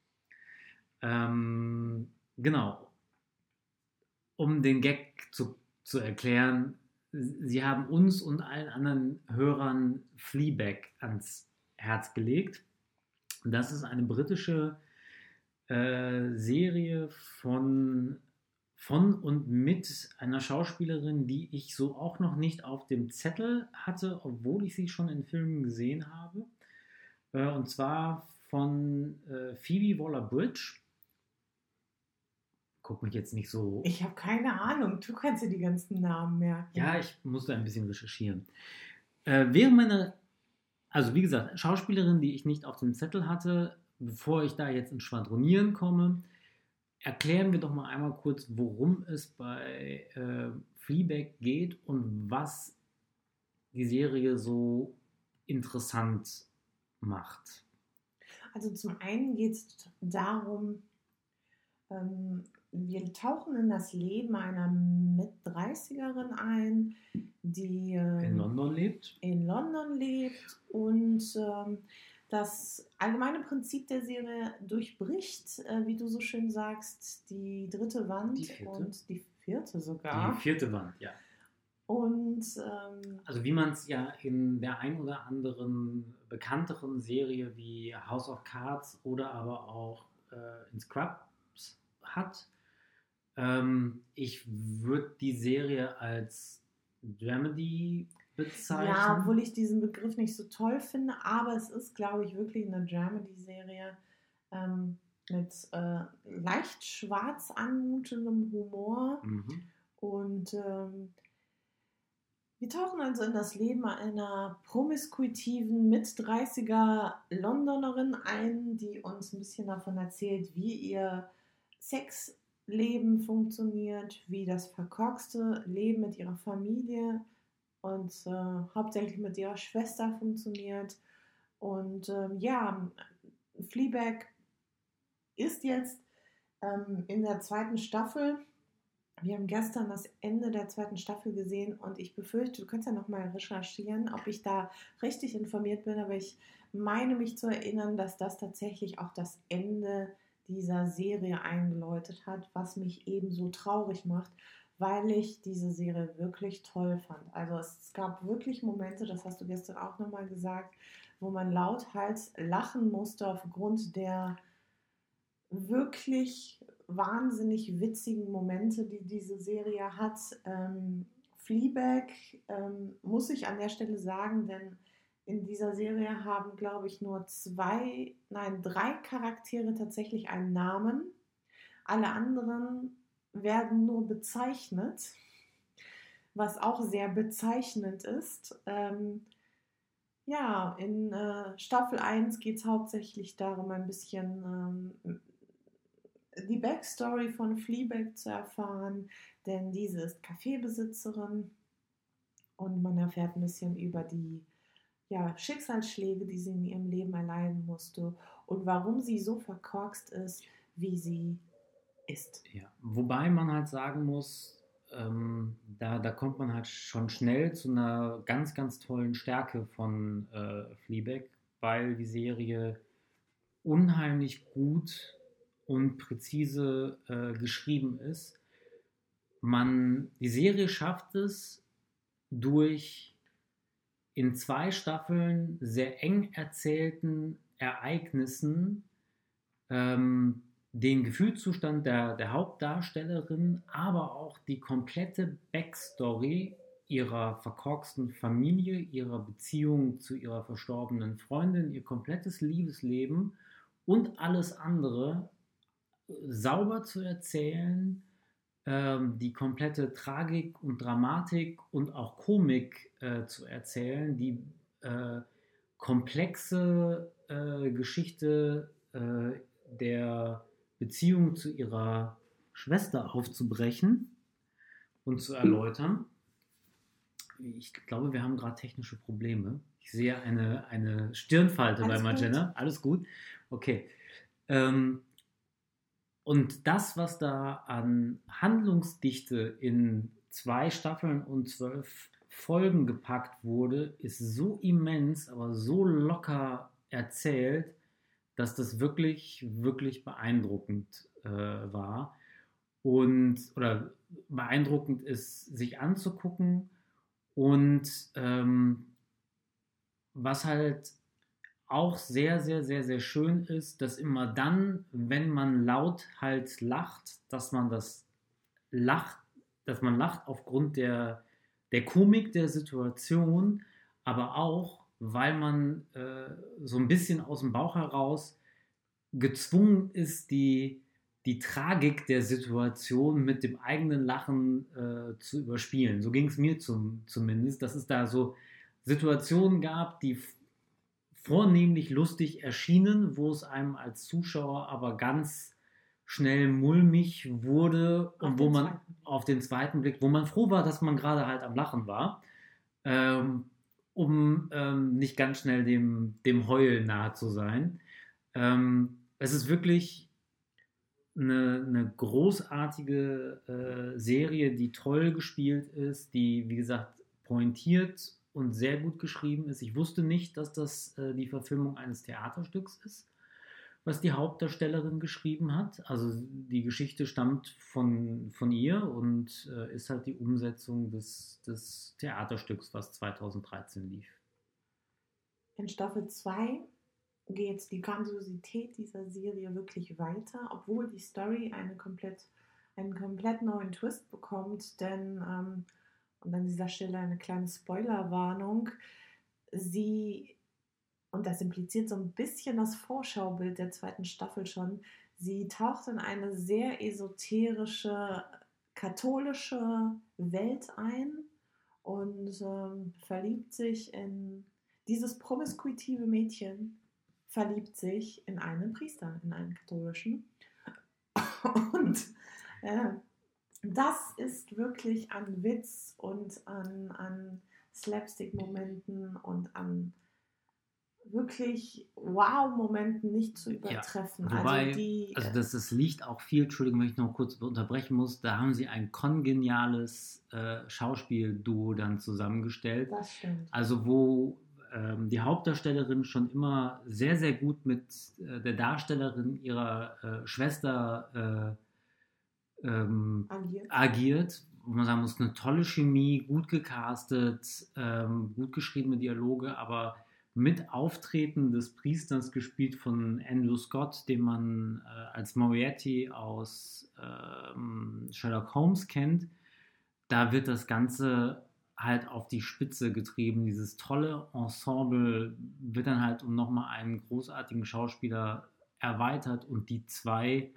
S2: Ähm, genau. Um den Gag zu, zu erklären, sie haben uns und allen anderen Hörern Fleabag ans Herz gelegt. Das ist eine britische äh, Serie von, von und mit einer Schauspielerin, die ich so auch noch nicht auf dem Zettel hatte, obwohl ich sie schon in Filmen gesehen habe. Äh, und zwar von äh, Phoebe Waller-Bridge. Guck mich jetzt nicht so...
S1: Ich habe keine Ahnung. Du kannst dir die ganzen Namen merken.
S2: Ja, ich musste ein bisschen recherchieren. Äh, während meiner... Also wie gesagt, Schauspielerin, die ich nicht auf dem Zettel hatte, bevor ich da jetzt ins Schwadronieren komme, erklären wir doch mal einmal kurz, worum es bei äh, Fleabag geht und was die Serie so interessant macht.
S1: Also zum einen geht es darum, ähm, wir tauchen in das Leben einer Mit-dreißigerin ein, die ähm,
S2: in London lebt.
S1: In London lebt und ähm, das allgemeine Prinzip der Serie durchbricht, äh, wie du so schön sagst, die dritte Wand
S2: die
S1: und die vierte sogar.
S2: Die vierte Wand, ja.
S1: Und ähm,
S2: also wie man es ja in der ein oder anderen bekannteren Serie wie House of Cards oder aber auch äh, in Scrubs hat. Ähm, ich würde die Serie als Dramedy bezeichnen.
S1: Ja, obwohl ich diesen Begriff nicht so toll finde, aber es ist, glaube ich, wirklich eine Dramedy-Serie ähm, mit äh, leicht schwarz anmutendem Humor.
S2: Mhm.
S1: Und ähm, wir tauchen also in das Leben einer promiskuitiven Mit-dreißiger Londonerin ein, die uns ein bisschen davon erzählt, wie ihr Sexleben funktioniert, wie das verkorkste Leben mit ihrer Familie und äh, hauptsächlich mit ihrer Schwester funktioniert. Und ähm, ja, Fleabag ist jetzt ähm, in der zweiten Staffel. Wir haben gestern das Ende der zweiten Staffel gesehen und ich befürchte, du kannst ja nochmal recherchieren, ob ich da richtig informiert bin, aber ich meine mich zu erinnern, dass das tatsächlich auch das Ende dieser Serie eingeläutet hat, was mich eben so traurig macht, weil ich diese Serie wirklich toll fand. Also es gab wirklich Momente, das hast du gestern auch nochmal gesagt, wo man lauthals lachen musste aufgrund der wirklich wahnsinnig witzigen Momente, die diese Serie hat. Ähm, Fleabag ähm, muss ich an der Stelle sagen, denn in dieser Serie haben, glaube ich, nur zwei, nein, drei Charaktere tatsächlich einen Namen. Alle anderen werden nur bezeichnet, was auch sehr bezeichnend ist. Ähm, ja, in äh, Staffel eins geht es hauptsächlich darum, ein bisschen ähm, die Backstory von Fleabag zu erfahren, denn diese ist Kaffeebesitzerin und man erfährt ein bisschen über die ja, Schicksalsschläge, die sie in ihrem Leben erleiden musste und warum sie so verkorkst ist, wie sie ist.
S2: Ja, wobei man halt sagen muss, ähm, da, da kommt man halt schon schnell zu einer ganz, ganz tollen Stärke von äh, Fleabag, weil die Serie unheimlich gut und präzise äh, geschrieben ist. Man, die Serie schafft es durch in zwei Staffeln sehr eng erzählten Ereignissen ähm, den Gefühlszustand der, der Hauptdarstellerin, aber auch die komplette Backstory ihrer verkorksten Familie, ihrer Beziehung zu ihrer verstorbenen Freundin, ihr komplettes Liebesleben und alles andere sauber zu erzählen, ähm, die komplette Tragik und Dramatik und auch Komik äh, zu erzählen, die äh, komplexe äh, Geschichte äh, der Beziehung zu ihrer Schwester aufzubrechen und zu erläutern. Ich glaube, wir haben gerade technische Probleme. Ich sehe eine, eine Stirnfalte
S1: Alles
S2: bei Margenna.
S1: gut.
S2: Alles gut? Okay. Ähm, und das, was da an Handlungsdichte in zwei Staffeln und zwölf Folgen gepackt wurde, ist so immens, aber so locker erzählt, dass das wirklich, wirklich beeindruckend äh, war. Und, oder beeindruckend ist, sich anzugucken. Und ähm, was halt auch sehr, sehr, sehr, sehr schön ist, dass immer dann, wenn man laut halt lacht, dass man das lacht, dass man lacht aufgrund der, der Komik der Situation, aber auch, weil man äh, so ein bisschen aus dem Bauch heraus gezwungen ist, die, die Tragik der Situation mit dem eigenen Lachen äh, zu überspielen. So ging es mir zum, zumindest, dass es da so Situationen gab, die vornehmlich lustig erschienen, wo es einem als Zuschauer aber ganz schnell mulmig wurde
S1: Auf
S2: und wo
S1: den
S2: man
S1: zweiten.
S2: auf den zweiten Blick, wo man froh war, dass man gerade halt am Lachen war, ähm, um ähm, nicht ganz schnell dem, dem Heulen nahe zu sein. Ähm, es ist wirklich eine, eine großartige äh, Serie, die toll gespielt ist, die, wie gesagt, pointiert und sehr gut geschrieben ist. Ich wusste nicht, dass das äh, die Verfilmung eines Theaterstücks ist, was die Hauptdarstellerin geschrieben hat. Also die Geschichte stammt von, von ihr und äh, ist halt die Umsetzung des, des Theaterstücks, was zweitausenddreizehn lief.
S1: In Staffel zwei geht die Grandiosität dieser Serie wirklich weiter, obwohl die Story eine komplett, einen komplett neuen Twist bekommt, denn, ähm, und an dieser Stelle eine kleine Spoilerwarnung, sie, und das impliziert so ein bisschen das Vorschaubild der zweiten Staffel schon, sie taucht in eine sehr esoterische, katholische Welt ein und ähm, verliebt sich in dieses promiskuitive Mädchen, verliebt sich in einen Priester, in einen katholischen. Und äh, das ist wirklich an Witz und an, an Slapstick-Momenten und an wirklich Wow-Momenten nicht zu übertreffen.
S2: Ja, wobei,
S1: also die,
S2: also das, das liegt auch viel, Entschuldigung, wenn ich noch kurz unterbrechen muss, da haben sie ein kongeniales äh, Schauspielduo dann zusammengestellt.
S1: Das stimmt.
S2: Also wo ähm, die Hauptdarstellerin schon immer sehr, sehr gut mit äh, der Darstellerin ihrer äh, Schwester äh, ähm,
S1: agiert.
S2: agiert. Wo man sagen muss, eine tolle Chemie, gut gecastet, ähm, gut geschriebene Dialoge, aber mit Auftreten des Priesters, gespielt von Andrew Scott, den man äh, als Moriarty aus ähm, Sherlock Holmes kennt. Da wird das Ganze halt auf die Spitze getrieben. Dieses tolle Ensemble wird dann halt um nochmal einen großartigen Schauspieler erweitert und die zwei,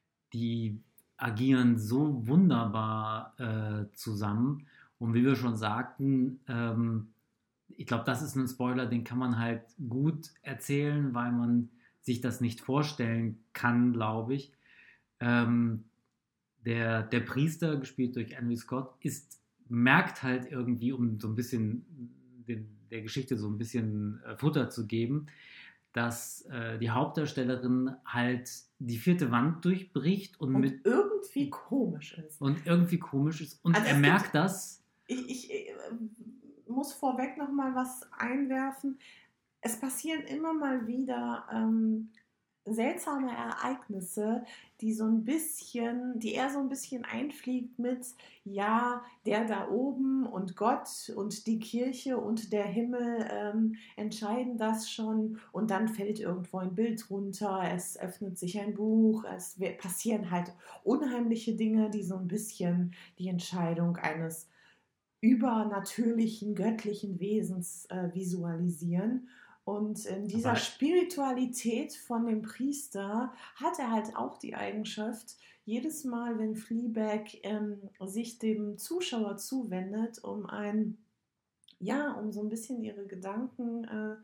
S2: die agieren so wunderbar äh, zusammen. Und wie wir schon sagten, ähm, ich glaube, das ist ein Spoiler, den kann man halt gut erzählen, weil man sich das nicht vorstellen kann, glaube ich. Ähm, der, der Priester, gespielt durch Andrew Scott, ist, merkt halt irgendwie, um so ein bisschen den, der Geschichte so ein bisschen äh, Futter zu geben, dass äh, die Hauptdarstellerin halt die vierte Wand durchbricht und,
S1: Und
S2: mit
S1: irgendwie komisch ist.
S2: und irgendwie komisch ist. Und
S1: Also
S2: er
S1: es gibt-
S2: merkt das.
S1: Ich, ich äh, muss vorweg noch mal was einwerfen. Es passieren immer mal wieder ähm, seltsame Ereignisse, die so ein bisschen, die er so ein bisschen einfliegt mit, ja, der da oben und Gott und die Kirche und der Himmel ähm, entscheiden das schon, und dann fällt irgendwo ein Bild runter, es öffnet sich ein Buch, es passieren halt unheimliche Dinge, die so ein bisschen die Entscheidung eines übernatürlichen, göttlichen Wesens äh, visualisieren. Und in dieser
S2: Aber-
S1: Spiritualität von dem Priester hat er halt auch die Eigenschaft, jedes Mal, wenn Fleabag ähm, sich dem Zuschauer zuwendet, um ein, ja, um so ein bisschen ihre Gedanken äh,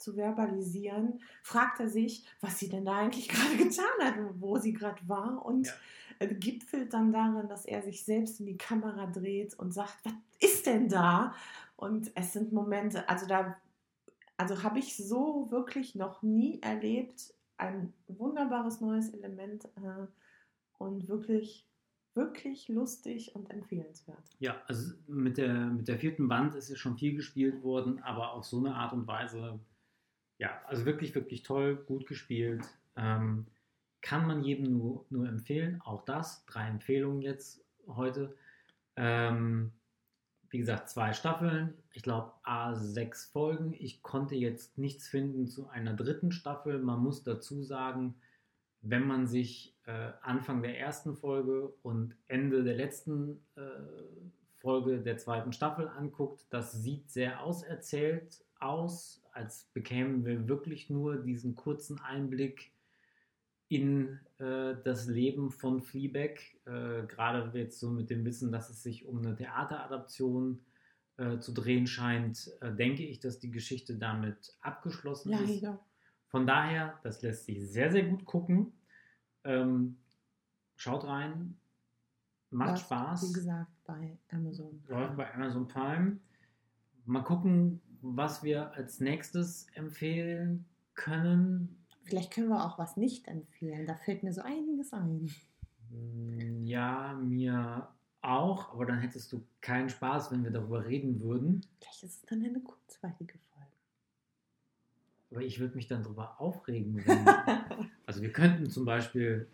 S1: zu verbalisieren, fragt er sich, was sie denn da eigentlich gerade getan hat, wo sie gerade war und ja. gipfelt dann darin, dass er sich selbst in die Kamera dreht und sagt, was ist denn da? Und es sind Momente, also da, also habe ich so wirklich noch nie erlebt, ein wunderbares neues Element äh, und wirklich, wirklich lustig und empfehlenswert.
S2: Ja, also mit der, mit der vierten Band ist ja schon viel gespielt worden, aber auf so eine Art und Weise, ja, also wirklich, wirklich toll, gut gespielt. Ähm, kann man jedem nur, nur empfehlen. Auch das, drei Empfehlungen jetzt heute. Ähm, wie gesagt, zwei Staffeln, ich glaube A sechs Folgen. Ich konnte jetzt nichts finden zu einer dritten Staffel. Man muss dazu sagen, wenn man sich äh, Anfang der ersten Folge und Ende der letzten äh, Folge der zweiten Staffel anguckt, das sieht sehr auserzählt aus, als bekämen wir wirklich nur diesen kurzen Einblick in äh, das Leben von Fleabag, äh, gerade jetzt so mit dem Wissen, dass es sich um eine Theateradaption äh, zu drehen scheint, äh, denke ich, dass die Geschichte damit abgeschlossen
S1: ja,
S2: ist.
S1: Ja.
S2: Von daher, das lässt sich sehr, sehr gut gucken. Ähm, schaut rein, macht
S1: Läuft,
S2: Spaß.
S1: Wie gesagt, bei Amazon.
S2: Läuft bei Amazon Prime. Mal gucken, was wir als nächstes empfehlen können.
S1: Vielleicht können wir auch was nicht empfehlen. Da fällt mir so einiges ein.
S2: Ja, mir auch, aber dann hättest du keinen Spaß, wenn wir darüber reden würden.
S1: Vielleicht ist es dann eine kurzweilige Folge.
S2: Aber ich würde mich dann darüber aufregen. Wenn, also wir könnten zum Beispiel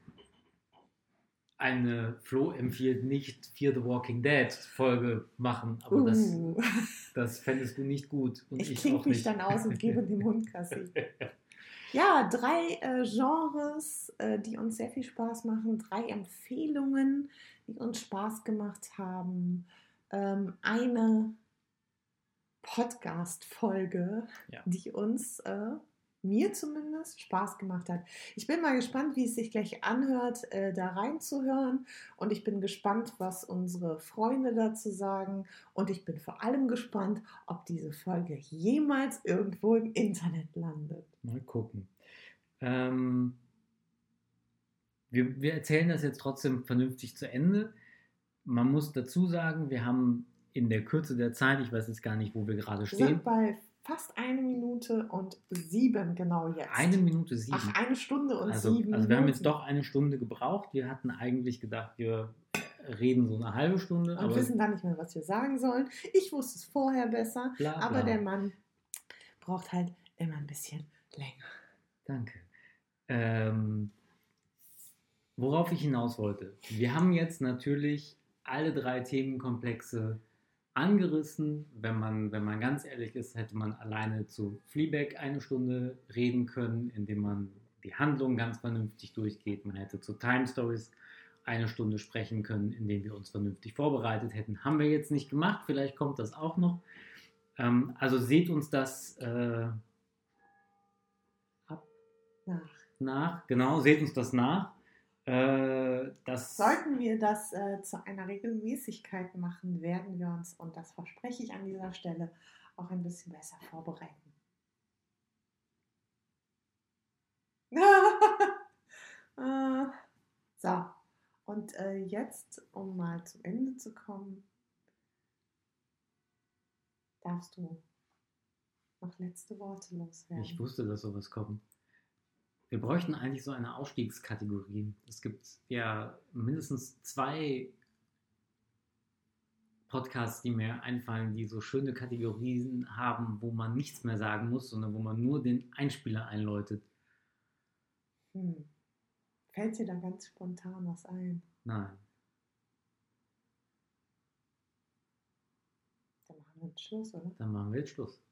S2: eine Flo empfiehlt nicht Fear the Walking Dead Folge machen, aber uh. das, das fändest du nicht gut. Und
S1: ich
S2: ich
S1: klinge
S2: auch
S1: mich
S2: nicht.
S1: dann aus und gebe dem Hund Kassi. Ja, drei äh, Genres, äh, die uns sehr viel Spaß machen, drei Empfehlungen, die uns Spaß gemacht haben, ähm, eine Podcast-Folge, ja. die uns, äh, mir zumindest, Spaß gemacht hat. Ich bin mal gespannt, wie es sich gleich anhört, äh, da reinzuhören und ich bin gespannt, was unsere Freunde dazu sagen und ich bin vor allem gespannt, ob diese Folge jemals irgendwo im Internet landet.
S2: Mal gucken. Ähm, wir, wir erzählen das jetzt trotzdem vernünftig zu Ende. Man muss dazu sagen, wir haben in der Kürze der Zeit, ich weiß jetzt gar nicht, wo wir gerade stehen. Wir
S1: sind bei fast eine Minute und sieben genau jetzt.
S2: Eine Minute sieben?
S1: Ach, eine Stunde und
S2: also,
S1: sieben
S2: Also
S1: Minuten.
S2: wir haben jetzt doch eine Stunde gebraucht. Wir hatten eigentlich gedacht, wir reden so eine halbe Stunde.
S1: Und
S2: aber
S1: wissen dann nicht mehr, was wir sagen sollen. Ich wusste es vorher besser,
S2: bla, bla.
S1: aber der Mann braucht halt immer ein bisschen länger.
S2: Danke. Ähm, worauf ich hinaus wollte. Wir haben jetzt natürlich alle drei Themenkomplexe angerissen. Wenn man, wenn man ganz ehrlich ist, hätte man alleine zu Fleabag eine Stunde reden können, indem man die Handlung ganz vernünftig durchgeht. Man hätte zu Time Stories eine Stunde sprechen können, indem wir uns vernünftig vorbereitet hätten. Haben wir jetzt nicht gemacht, vielleicht kommt das auch noch. Ähm, also seht uns das äh, ab.
S1: Nach.
S2: Nach, genau, seht uns das nach. Äh, das
S1: Sollten wir das äh, zu einer Regelmäßigkeit machen, werden wir uns, und das verspreche ich an dieser Stelle, auch ein bisschen besser vorbereiten. äh, so, und äh, jetzt, um mal zum Ende zu kommen, darfst du noch letzte Worte loswerden.
S2: Ich wusste, dass sowas kommt. Wir bräuchten eigentlich so eine Ausstiegskategorie. Es gibt ja mindestens zwei Podcasts, die mir einfallen, die so schöne Kategorien haben, wo man nichts mehr sagen muss, sondern wo man nur den Einspieler einläutet.
S1: Hm. Fällt dir da ganz spontan was ein?
S2: Nein.
S1: Dann machen wir jetzt Schluss, oder?
S2: Dann machen wir jetzt Schluss.